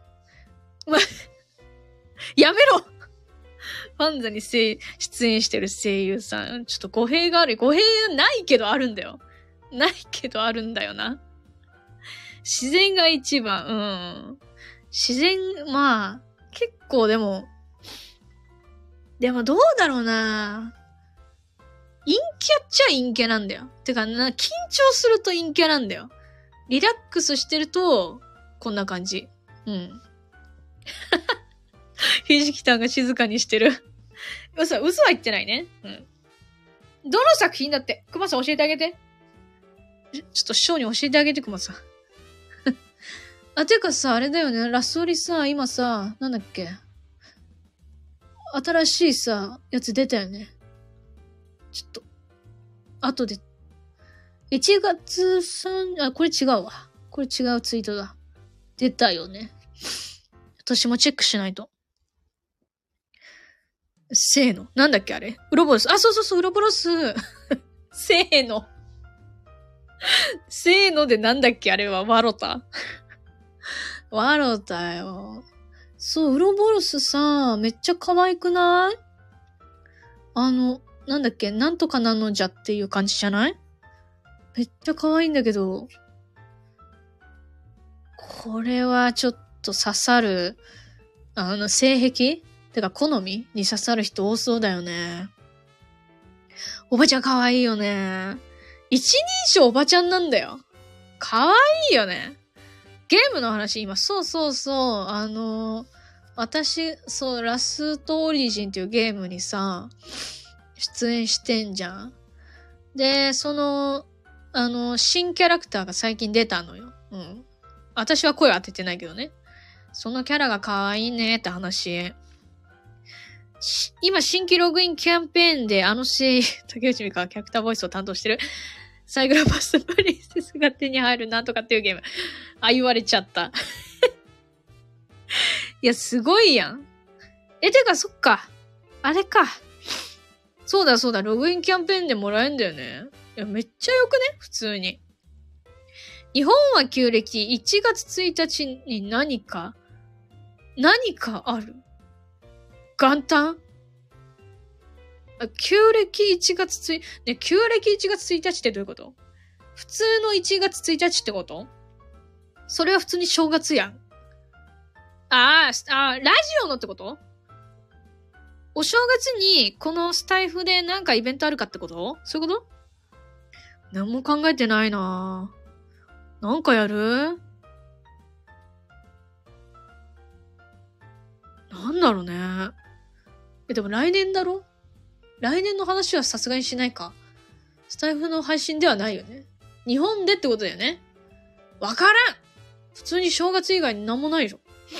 やめろファンザに出演してる声優さん。ちょっと語弊がある。語弊ないけどあるんだよ。ないけどあるんだよな。自然が一番。自然、まあ、結構でもどうだろうな。 陰キャっちゃ陰キャなんだよ。てか緊張すると陰キャなんだよ。リラックスしてると、こんな感じ。うん。ひじきたんが静かにしてる。嘘は言ってないね。うん。どの作品だって、熊さん教えてあげて。ちょっと師匠に教えてあげて、熊さん。あ、てかさ、あれだよね。ラスオリさ、今さ、なんだっけ。新しいさ、やつ出たよね。ちょっと、後で。1月3、これ違うわ。これ違うツイートだ。出たよね。私もチェックしないと。せーの。なんだっけあれウロボロス。あ、そう、ウロボロス。せーの。せーのでなんだっけあれはワロタ。ワロタよ。そう、ウロボロスさ、めっちゃ可愛くない？なんだっけなんとかなのじゃっていう感じじゃない？めっちゃ可愛いんだけど、これはちょっと刺さる、性癖てか好みに刺さる人多そうだよね。おばちゃん可愛いよね。一人称おばちゃんなんだよ。可愛いよね。ゲームの話、今、そう。私、ラストオリジンっていうゲームにさ、出演してんじゃん。で、新キャラクターが最近出たのよ。うん。私は声当ててないけどね。そのキャラが可愛いねって話。今、新規ログインキャンペーンで竹内美香がキャラクターボイスを担当してるサイグラバスプリンセスが手に入るなんとかっていうゲーム。言われちゃった。いや、すごいやん。てか、そっか。あれか。そうだ、ログインキャンペーンでもらえんだよね。いや、めっちゃよくね普通に。日本は旧暦1月1日に何かある？元旦？旧暦1月1日、ね、旧暦1月1日ってどういうこと？普通の1月1日ってこと？それは普通に正月やん。ラジオのってこと？お正月にこのスタイフでなんかイベントあるかってこと？そういうこと？何も考えてないなぁ。なんかやる？なんだろうね。でも来年だろ？来年の話はさすがにしないか。スタイフの配信ではないよね。日本でってことだよね。わからん！普通に正月以外になんもないじゃん。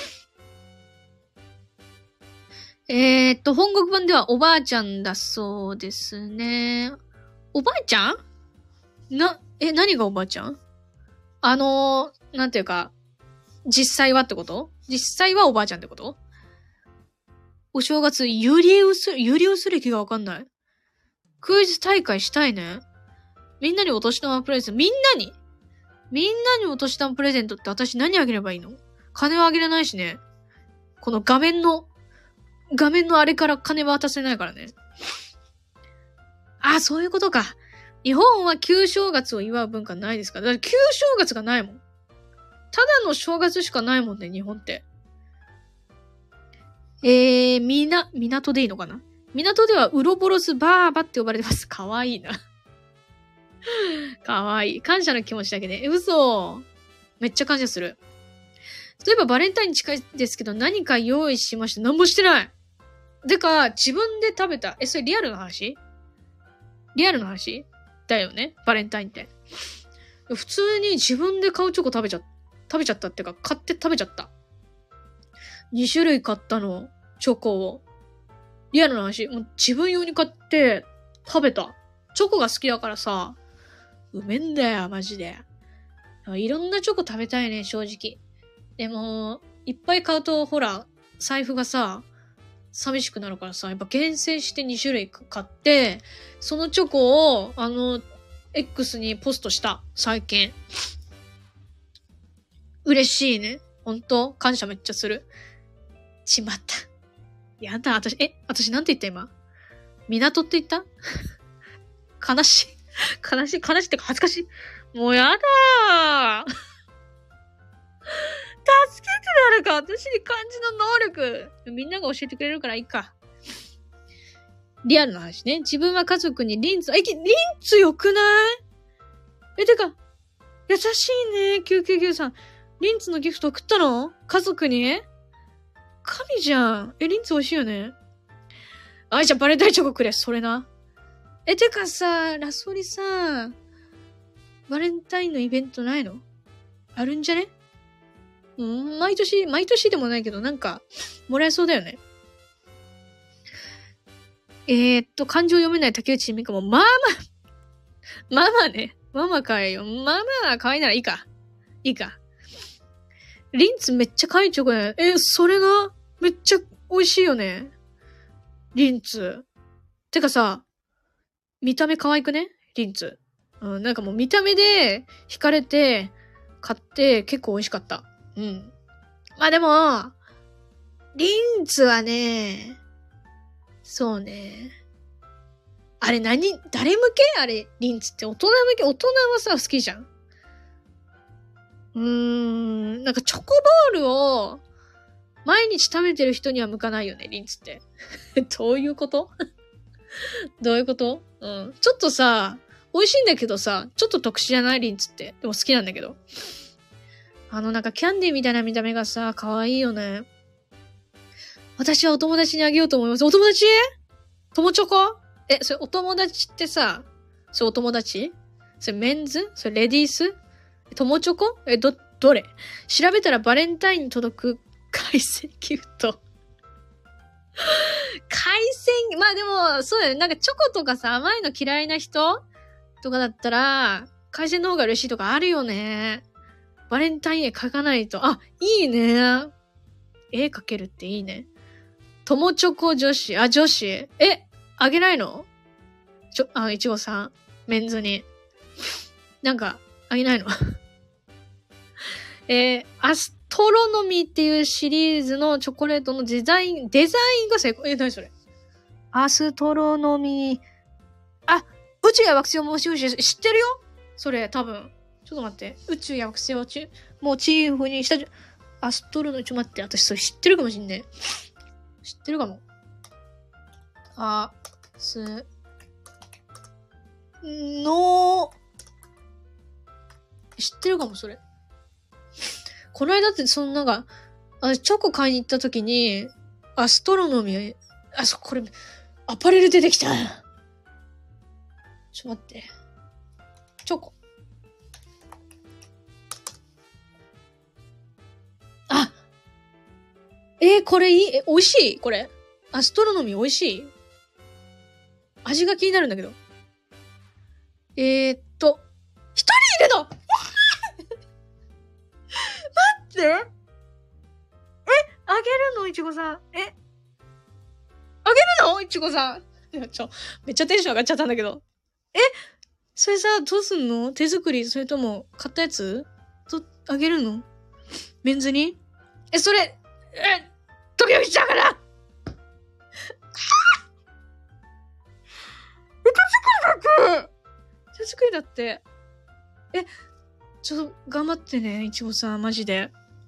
本国版ではおばあちゃんだそうですね。おばあちゃん？何がおばあちゃん？なんていうか、実際はってこと？実際はおばあちゃんってこと？お正月、ユリウス歴がわかんない。クイズ大会したいね。みんなにお年玉プレゼント。みんなにお年玉プレゼントって私何あげればいいの？金はあげれないしね。この画面のあれから金は渡せないからね。そういうことか。日本は旧正月を祝う文化ないですか？だから旧正月がないもん。ただの正月しかないもんね、日本って。港でいいのかな？港ではウロボロスバーバって呼ばれてます。かわいいな。かわいい。感謝の気持ちだけね。嘘。めっちゃ感謝する。例えばバレンタイン近いですけど何か用意しました？何もしてない。でか、自分で食べた。それリアルな話だよね。バレンタインって。普通に自分で買うチョコ食べちゃったってか、買って食べちゃった。2種類買ったの。チョコを。リアルな話。もう自分用に買って食べた。チョコが好きだからさ。うめんだよ、マジで。いろんなチョコ食べたいね、正直。でも、いっぱい買うと、ほら、財布がさ、寂しくなるからさ、やっぱ厳選して2種類買って、そのチョコを、X にポストした、最近。嬉しいね。ほんと感謝めっちゃする。しまった。やだ、私なんて言った今？港って言った？悲しいってか恥ずかしい。もうやだー。助けて誰か、私に漢字の能力。みんなが教えてくれるからいいか。 リアルな話ね。自分は家族にリンツよくないてか、優しいね、999さん。リンツのギフト送ったの家族に神じゃん。リンツ美味しいよね。じゃあバレンタインチョコくれ、それな。てかさ、ラスオリさ、バレンタインのイベントないのあるんじゃね毎年でもないけど、なんか、もらえそうだよね。漢字を読めない竹内美香も、ママね。ママかいよ。ママ可愛いならいいか。リンツめっちゃ可愛いチョコだよ。それが、めっちゃ美味しいよね。リンツ。てかさ、見た目可愛くねリンツ。なんかもう見た目で惹かれて、買って結構美味しかった。まあでも、リンツはね、そうね。あれ誰向けあれ、リンツって大人向け大人はさ、好きじゃん。なんかチョコボールを毎日食べてる人には向かないよね、リンツって。どういうことどういうこと？ちょっとさ、美味しいんだけどさ、ちょっと特殊じゃないリンツって。でも好きなんだけど。なんかキャンディーみたいな見た目がさ、可愛いよね。私はお友達にあげようと思います。お友達？友チョコ？それお友達ってさ、それお友達？それメンズ？それレディース？友チョコ？どれ？調べたらバレンタインに届く海鮮ギフト。海鮮、まあでも、そうだよね。なんかチョコとかさ、甘いの嫌いな人とかだったら、海鮮の方が嬉しいとかあるよね。バレンタイン絵描かないと。いいね。絵描けるっていいね。友チョコ女子。女子。あげないの？いちごさん。メンズに。なんか、あげないの？アストロノミーっていうシリーズのチョコレートのデザインが成功。何それ？アストロノミー。宇宙や惑星をモチーフに知ってるよそれ、多分。ちょっと待って。宇宙や惑星をモチーフにした、アストロノミー、ちょっと待って。私それ知ってるかもしんね。知ってるかも。知ってるかも、それ。この間って、チョコ買いに行った時に、アストロノミー、これ、アパレル出てきた。ちょっと待って。チョコ。これいい？美味しい？これ。アストロノミー美味しい？味が気になるんだけど。一人いるの待ってあげるのいちごさん。あげるのいちごさん。めっちゃテンション上がっちゃったんだけど。それさ、どうすんの？手作り？それとも、買ったやつ？あげるの？メンズに？それ、ドキドキしちゃうから手作りだって。ちょっと頑張ってね、いちごさん、マジで。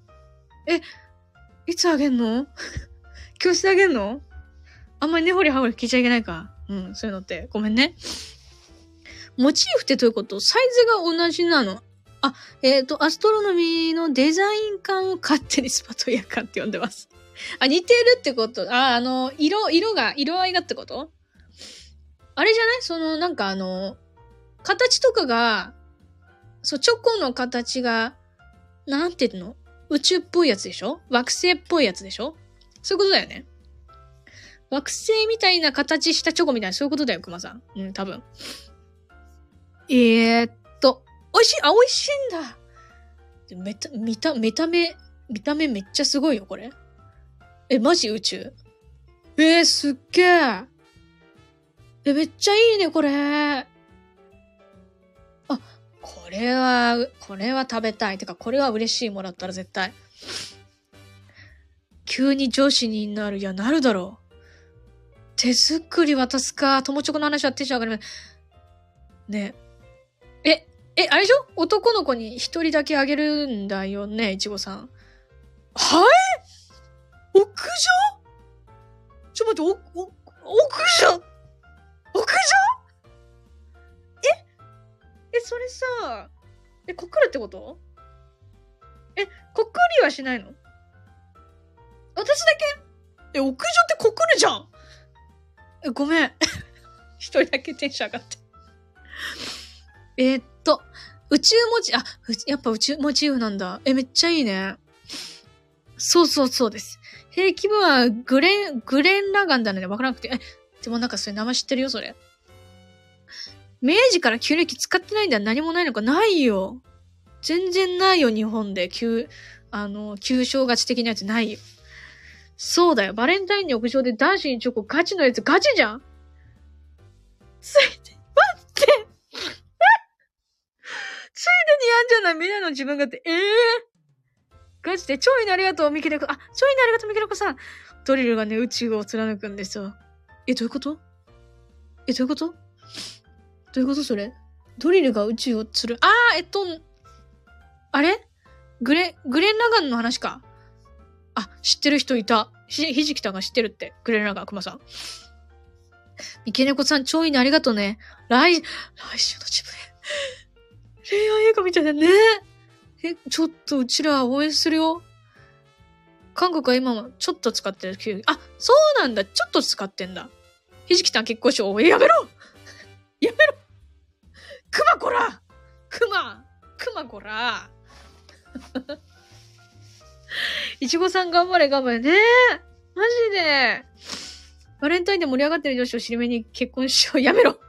いつあげんの？教室あげんの？あんまり根掘り葉掘り聞いちゃいけないか。そういうのって。ごめんね。モチーフってどういうこと？サイズが同じなの？アストロノミーのデザイン感を勝手にスパトイヤ感って呼んでます。似てるってこと？色合いがってこと？あれじゃない？なんか形とかが、チョコの形が、なんていうの？宇宙っぽいやつでしょ？惑星っぽいやつでしょ？そういうことだよね。惑星みたいな形したチョコみたいな、そういうことだよ、熊さん。多分。美味しいんだ。見た目めっちゃすごいよ、これ。マジ宇宙？すっげえ。めっちゃいいね、これ。これは食べたい。てか、これは嬉しい、もらったら絶対。急に上司になる。いや、なるだろう。手作り渡すか。友チョコの話は手じゃ上がります。ね。あれでしょ？男の子に一人だけあげるんだよね、いちごさん。はい？屋上？ちょっと待って、屋上？ それさ、告るってこと？告りはしないの？私だけ？屋上って告るじゃん。ごめん。一人だけテンション上がって。宇宙モチ、やっぱ宇宙モチーフなんだ。めっちゃいいね。そうです。兵器部はグレンラガンだね。わからなくて。でもなんかそれ名前知ってるよ、それ。明治から旧暦使ってないんだ。何もないのか。ないよ。全然ないよ、日本で。旧正月的なやつないよ。そうだよ。バレンタインに屋上で男子にチョコガチのやつガチじゃん。ついでにやんじゃない未来の自分がって。ガチで、ちょいのありがとう、ミケネコ。ちょいのありがとう、ミケネコさん。ドリルがね、宇宙を貫くんですよ。どういうことどういうことそれ？ドリルが宇宙をあれグレンラガンの話か。知ってる人いた。ひじきたんが知ってるって。グレンラガン、クマさん。ミケネコさん、ちょいのありがとうね。来週の自分へ。恋愛映画みたいだね。ちょっとうちら応援するよ。韓国は今もちょっと使ってる。そうなんだ。ちょっと使ってんだ。ひじきたん結婚しよう。やめろクマこらいちごさん頑張れね。マジで。バレンタインで盛り上がってる女子を尻目に結婚しよう。やめろ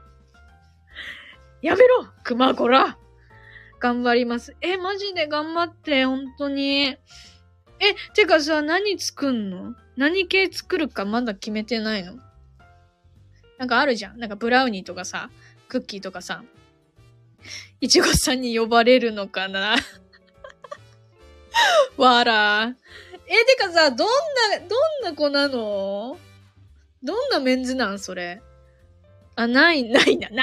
クマこら頑張ります。マジで頑張って、本当に。てかさ、何作んの？何系作るかまだ決めてないの？なんかあるじゃん。なんかブラウニーとかさ、クッキーとかさ。いちごさんに呼ばれるのかなわら。てかさ、どんな子なの？どんなメンズなんそれ。ないな。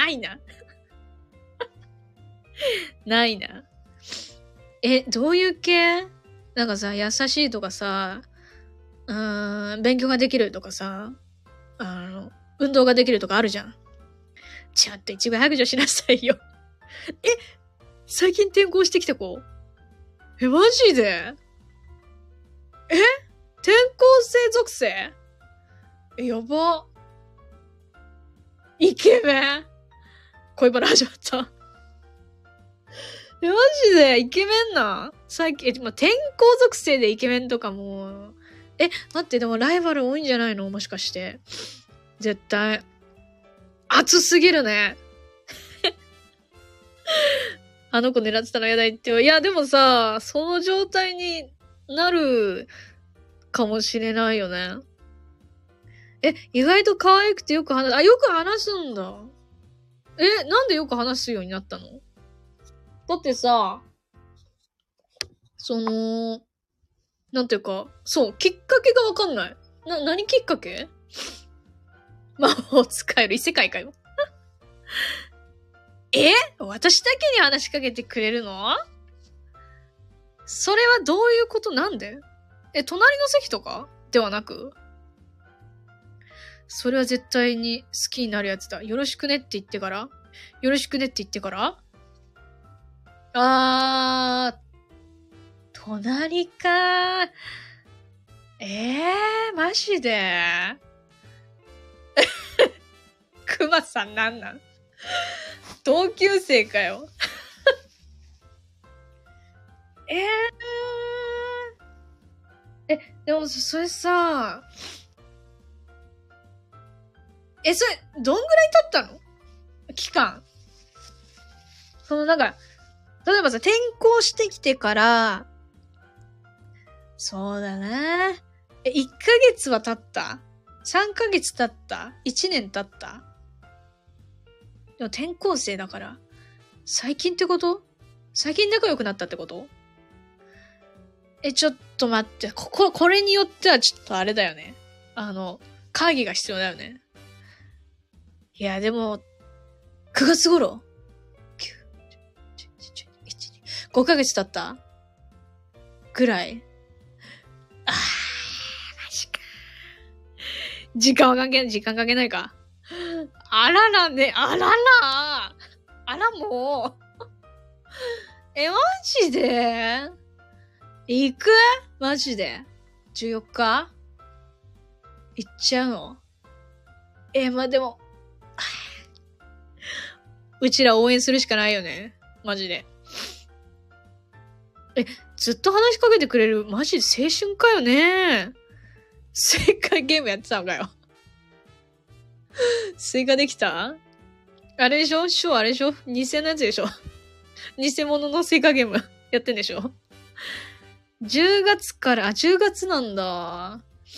ないな。どういう系？なんかさ、優しいとかさ、勉強ができるとかさ、運動ができるとかあるじゃん。ちょっと一部白状しなさいよ。最近転校してきた子？マジで？転校生属性？やば。イケメン？恋バナ始まった。マジでイケメンな？最近、転校属性でイケメンとかも。待って、でもライバル多いんじゃないの？もしかして。絶対。熱すぎるね。あの子狙ってたのやだいって。いや、でもさ、その状態になるかもしれないよね。意外と可愛くてよく話すんだ。なんでよく話すようになったの？だってさ、なんていうか、そう、きっかけがわかんない。何きっかけ？魔法使える異世界かよ。私だけに話しかけてくれるの？それはどういうこと？なんで？隣の席とかではなく？それは絶対に好きになるやつだ。よろしくねって言ってから隣か。マジでクマさんなんなん？同級生かよ。でもそれさ、それ、どんぐらい経ったの？期間。なんか、例えばさ、転校してきてから、そうだな。1ヶ月は経った？ 3 ヶ月経った？ 1 年経った？でも転校生だから、最近ってこと？最近仲良くなったってこと？ちょっと待って、これによってはちょっとあれだよね。会議が必要だよね。いや、でも、9月頃 ?5 ヶ月経ったぐらい。マジか。時間かけないか。あららね、あらもう。 マジで行く？マジで ?14 日行っちゃうの？まあ、でも、うちら応援するしかないよね。マジで。ずっと話しかけてくれる。マジで青春かよね。正解ゲームやってたのかよ。追加できた？あれでしょ？ショーあれでしょ？偽のやつでしょ？偽物の追加ゲームやってんでしょ？ 10 月から、10月なんだ。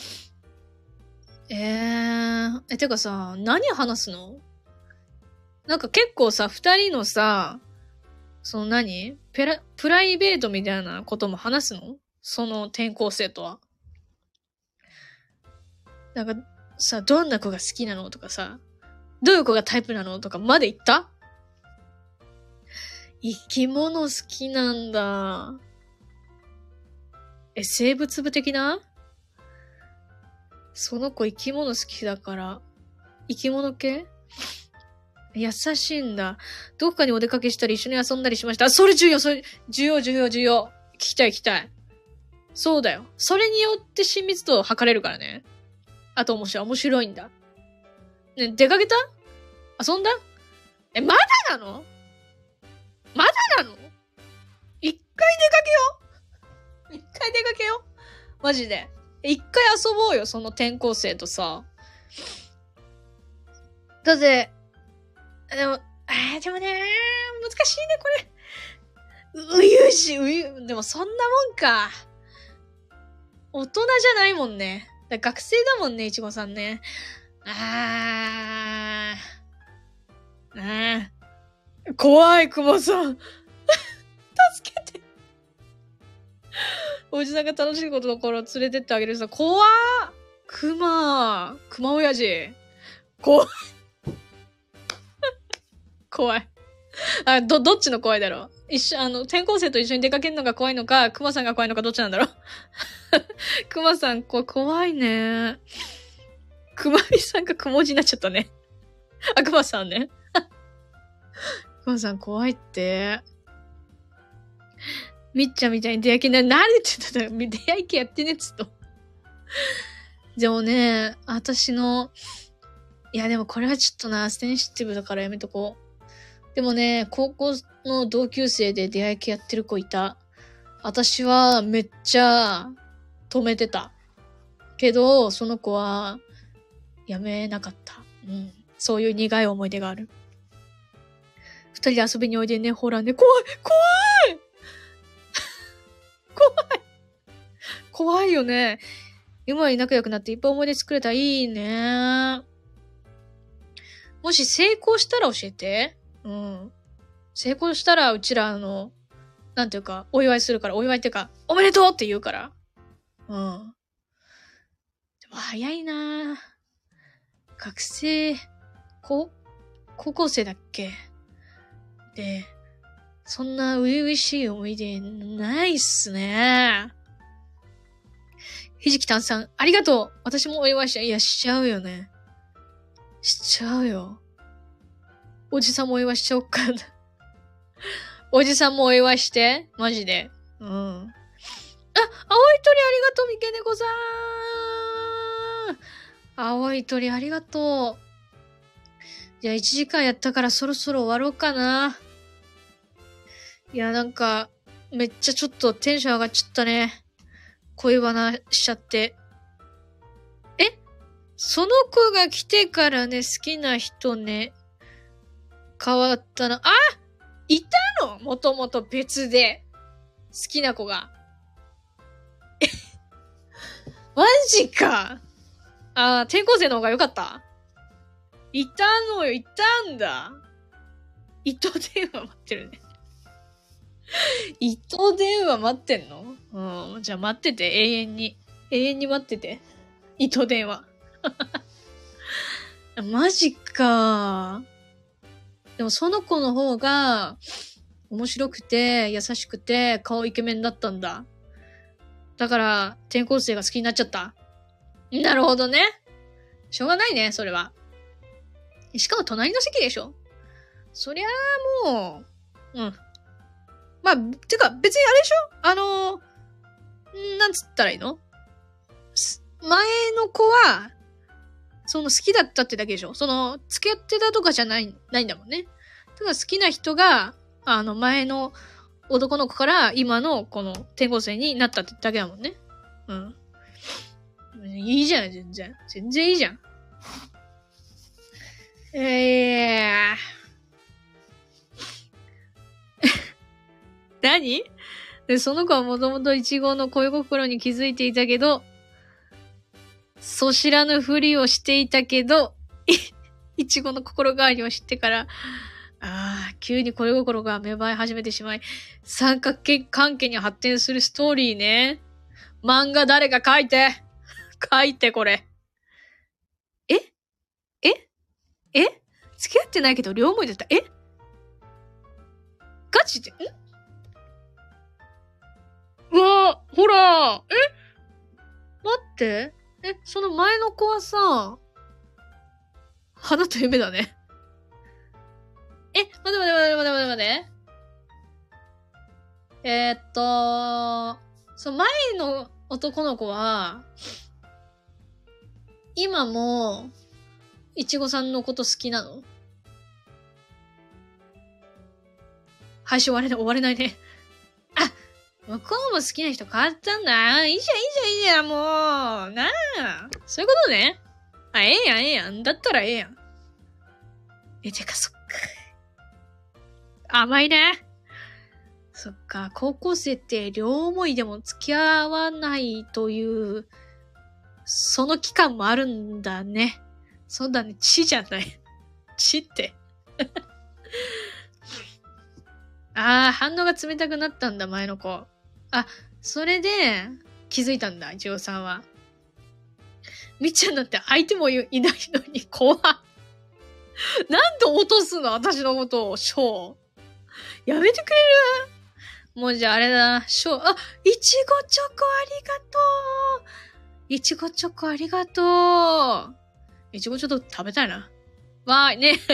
てかさ、何話すの？なんか結構さ、二人のさ、その何？プライベートみたいなことも話すの？その転校生とは。なんかさ、どんな子が好きなのとかさ、どういう子がタイプなのとかまで言った？生き物好きなんだ。生物部的な？その子生き物好きだから、生き物系？優しいんだ。どっかにお出かけしたり一緒に遊んだりしました。それ重要、重要。聞きたい。そうだよ。それによって親密度を測れるからね。あと面白いんだ。ね、出かけた？遊んだ？まだなの？一回出かけよう。マジで。一回遊ぼうよ、その転校生とさ。だって、でもね、難しいね、これ。でもそんなもんか。大人じゃないもんね。学生だもんね、いちごさんね。怖い、くまさん。助けて。おじさんが楽しいことの頃連れてってあげるさ、怖ー。くま親父。怖い。どっちの怖いだろう。転校生と一緒に出かけるのが怖いのか、くまさんが怖いのかどっちなんだろう。くまさん、怖いね。くまみさんがくもじになっちゃったね。くまさんね。くまさん怖いって。みっちゃんみたいに出会い系何言ってたの？出会い系やってねっつっと。でもね、でもこれはちょっとな、センシティブだからやめとこう。でもね、高校の同級生で出会い系やってる子いた。私はめっちゃ止めてた。けど、その子はやめなかった。そういう苦い思い出がある。二人で遊びにおいでね、ほらね、怖いよね。今に仲良くなっていっぱい思い出作れたらいいね。もし成功したら教えて。成功したらうちらなんていうか、お祝いするから、お祝いっていうか、おめでとうって言うから。でも早いな。学生、高校生だっけ？で、そんな初々しい思い出ないっすね。ひじきたんさん、ありがとう。私もお祝いしちゃうよね。しちゃうよ。おじさんもお祝いしちゃおっか。おじさんもお祝いして。マジで。青い鳥ありがとう、みけねこさん。青い鳥ありがとう。じゃあ1時間やったからそろそろ終わろうかな。なんか、めっちゃちょっとテンション上がっちゃったね。恋バナしちゃって。その子が来てからね、好きな人ね、変わったな。いたの？もともと別で。好きな子が。マジか。転校生の方が良かった？いたんだ。糸電話待ってるね。糸電話待ってんの？じゃあ待ってて、永遠に待ってて。糸電話。マジか。でもその子の方が面白くて優しくて顔イケメンだったんだ。だから転校生が好きになっちゃった。なるほどね。しょうがないね、それは。しかも隣の席でしょ。そりゃあもう、 まあ、てか別にあれでしょなんつったらいいの？前の子は、好きだったってだけでしょ？付き合ってたとかじゃないんだもんね。ただ好きな人が、前の男の子から今のこの転校生になったってだけだもんね。うん。いいじゃん、全然。全然いいじゃん。何？で、その子はもともとイチゴの恋心に気づいていたけど、そ知らぬふりをしていたけど、イチゴの心変わりを知ってから、急に恋心が芽生え始めてしまい、三角形関係に発展するストーリーね。漫画誰か書いて。書いてこれ。付き合ってないけど両思いだった。ガチでうわぁ、ほら待って。その前の子はさ、花と夢だね。待て。その前の男の子は、今も、いちごさんのこと好きなの？配信終われないね。向こうも好きな人変わったんだ。いいじゃん、もう。なあ。そういうことね。ええやん。だったらええやん。てか、そっか。甘いね。そっか、高校生って両思いでも付き合わないという、その期間もあるんだね。そうだね、血じゃない。血って。反応が冷たくなったんだ、前の子。それで、気づいたんだ、いちごさんは。みっちゃんだって相手もいないのに怖っ。なんで落とすの？私のことを、ショー。やめてくれる？もうじゃああれだ、ショー。いちごチョコありがとう。いちごチョコありがとう。いちごちょっと食べたいな。わーい、ね。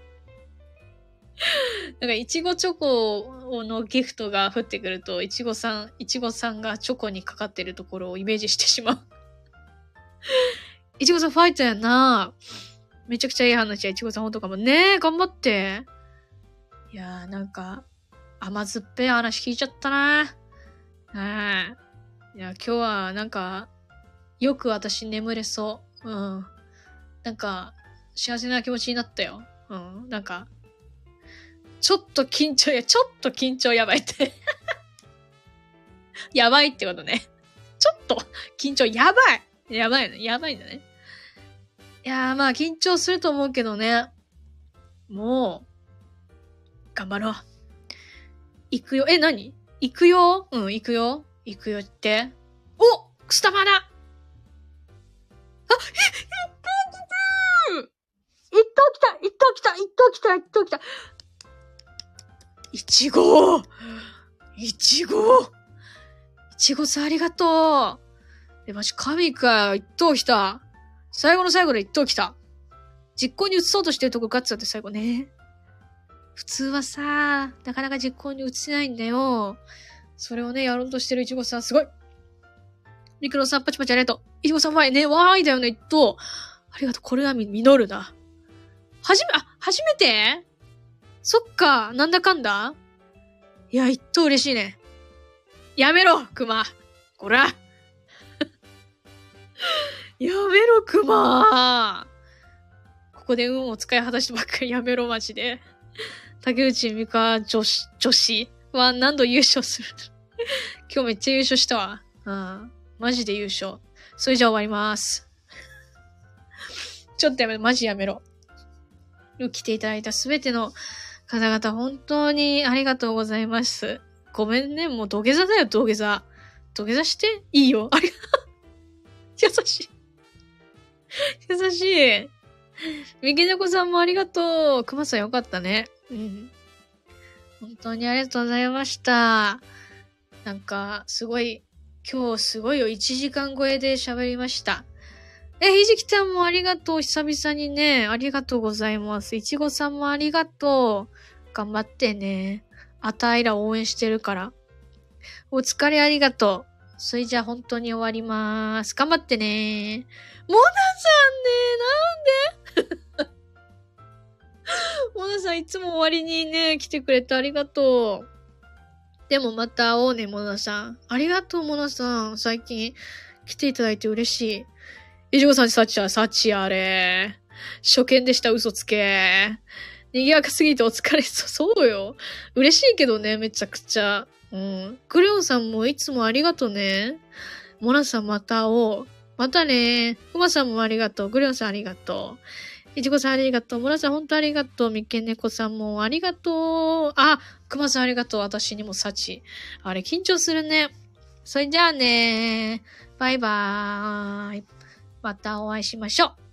なんか、いちごチョコのギフトが降ってくると、いちごさんがチョコにかかってるところをイメージしてしまう。いちごさんファイターやな。めちゃくちゃいい話や、いちごさんほんとかもね。頑張って。いやー、なんか、甘酸っぱい話聞いちゃったな。いや、今日はなんか、よく私眠れそう。なんか、幸せな気持ちになったよ。なんか、ちょっと緊張やばいって。やばいってことね。ちょっと緊張やばい。やばいんだね。いやーまあ緊張すると思うけどね。もう、頑張ろう。行くよ。何？行くよ？行くよ。行くよって。スタバだ！行っときた。いちごさんありがとう。マジ神かよ。一等来た。最後の最後で一等来た。実行に移そうとしてるとこガッツだって最後ね。普通はさ、なかなか実行に移せないんだよ。それをね、やろうとしてるいちごさんすごい。ミクロさんパチパチありがとう。いちごさん前ね、わーいだよね、一等。ありがとう。これは実るな。初めて？そっか、なんだかんだ？いや、一等嬉しいね。やめろ、クマ。こら。やめろ、クマ。ここで運を使い果たしてばっかりやめろ、マジで。竹内美香女子は何度優勝する今日めっちゃ優勝したわ。マジで優勝。それじゃ終わります。ちょっとマジやめろ。来ていただいたすべての方々、本当にありがとうございます。ごめんね、もう土下座だよ、土下座。土下座していいよ。ありがとう。優しい。優しい。みけねこさんもありがとう。くまさんよかったね。本当にありがとうございました。なんか、今日すごいよ。1時間超えで喋りました。ひじきちゃんもありがとう。久々にね、ありがとうございます。いちごさんもありがとう。頑張ってね。 あたいら応援してるから。お疲れありがとう。それじゃあ本当に終わります。頑張ってね。モナさんね、なんでモナさんいつも終わりにね、来てくれてありがとう。でもまた会おうね、モナさん。ありがとう、モナさん。最近来ていただいて嬉しい。いちごさん、サチあれ。初見でした、嘘つけ。賑やかすぎてお疲れそうよ。嬉しいけどね、めちゃくちゃ。うん。クレヨンさんもいつもありがとね。モナさんまた会おう。またね。クマさんもありがとう。クレヨンさんありがとう。いちごさんありがとう。モナさんほんとありがとう。みけねこさんもありがとう。あ、クマさんありがとう。私にもサチ。あれ緊張するね。それじゃあね。バイバーイ。またお会いしましょう。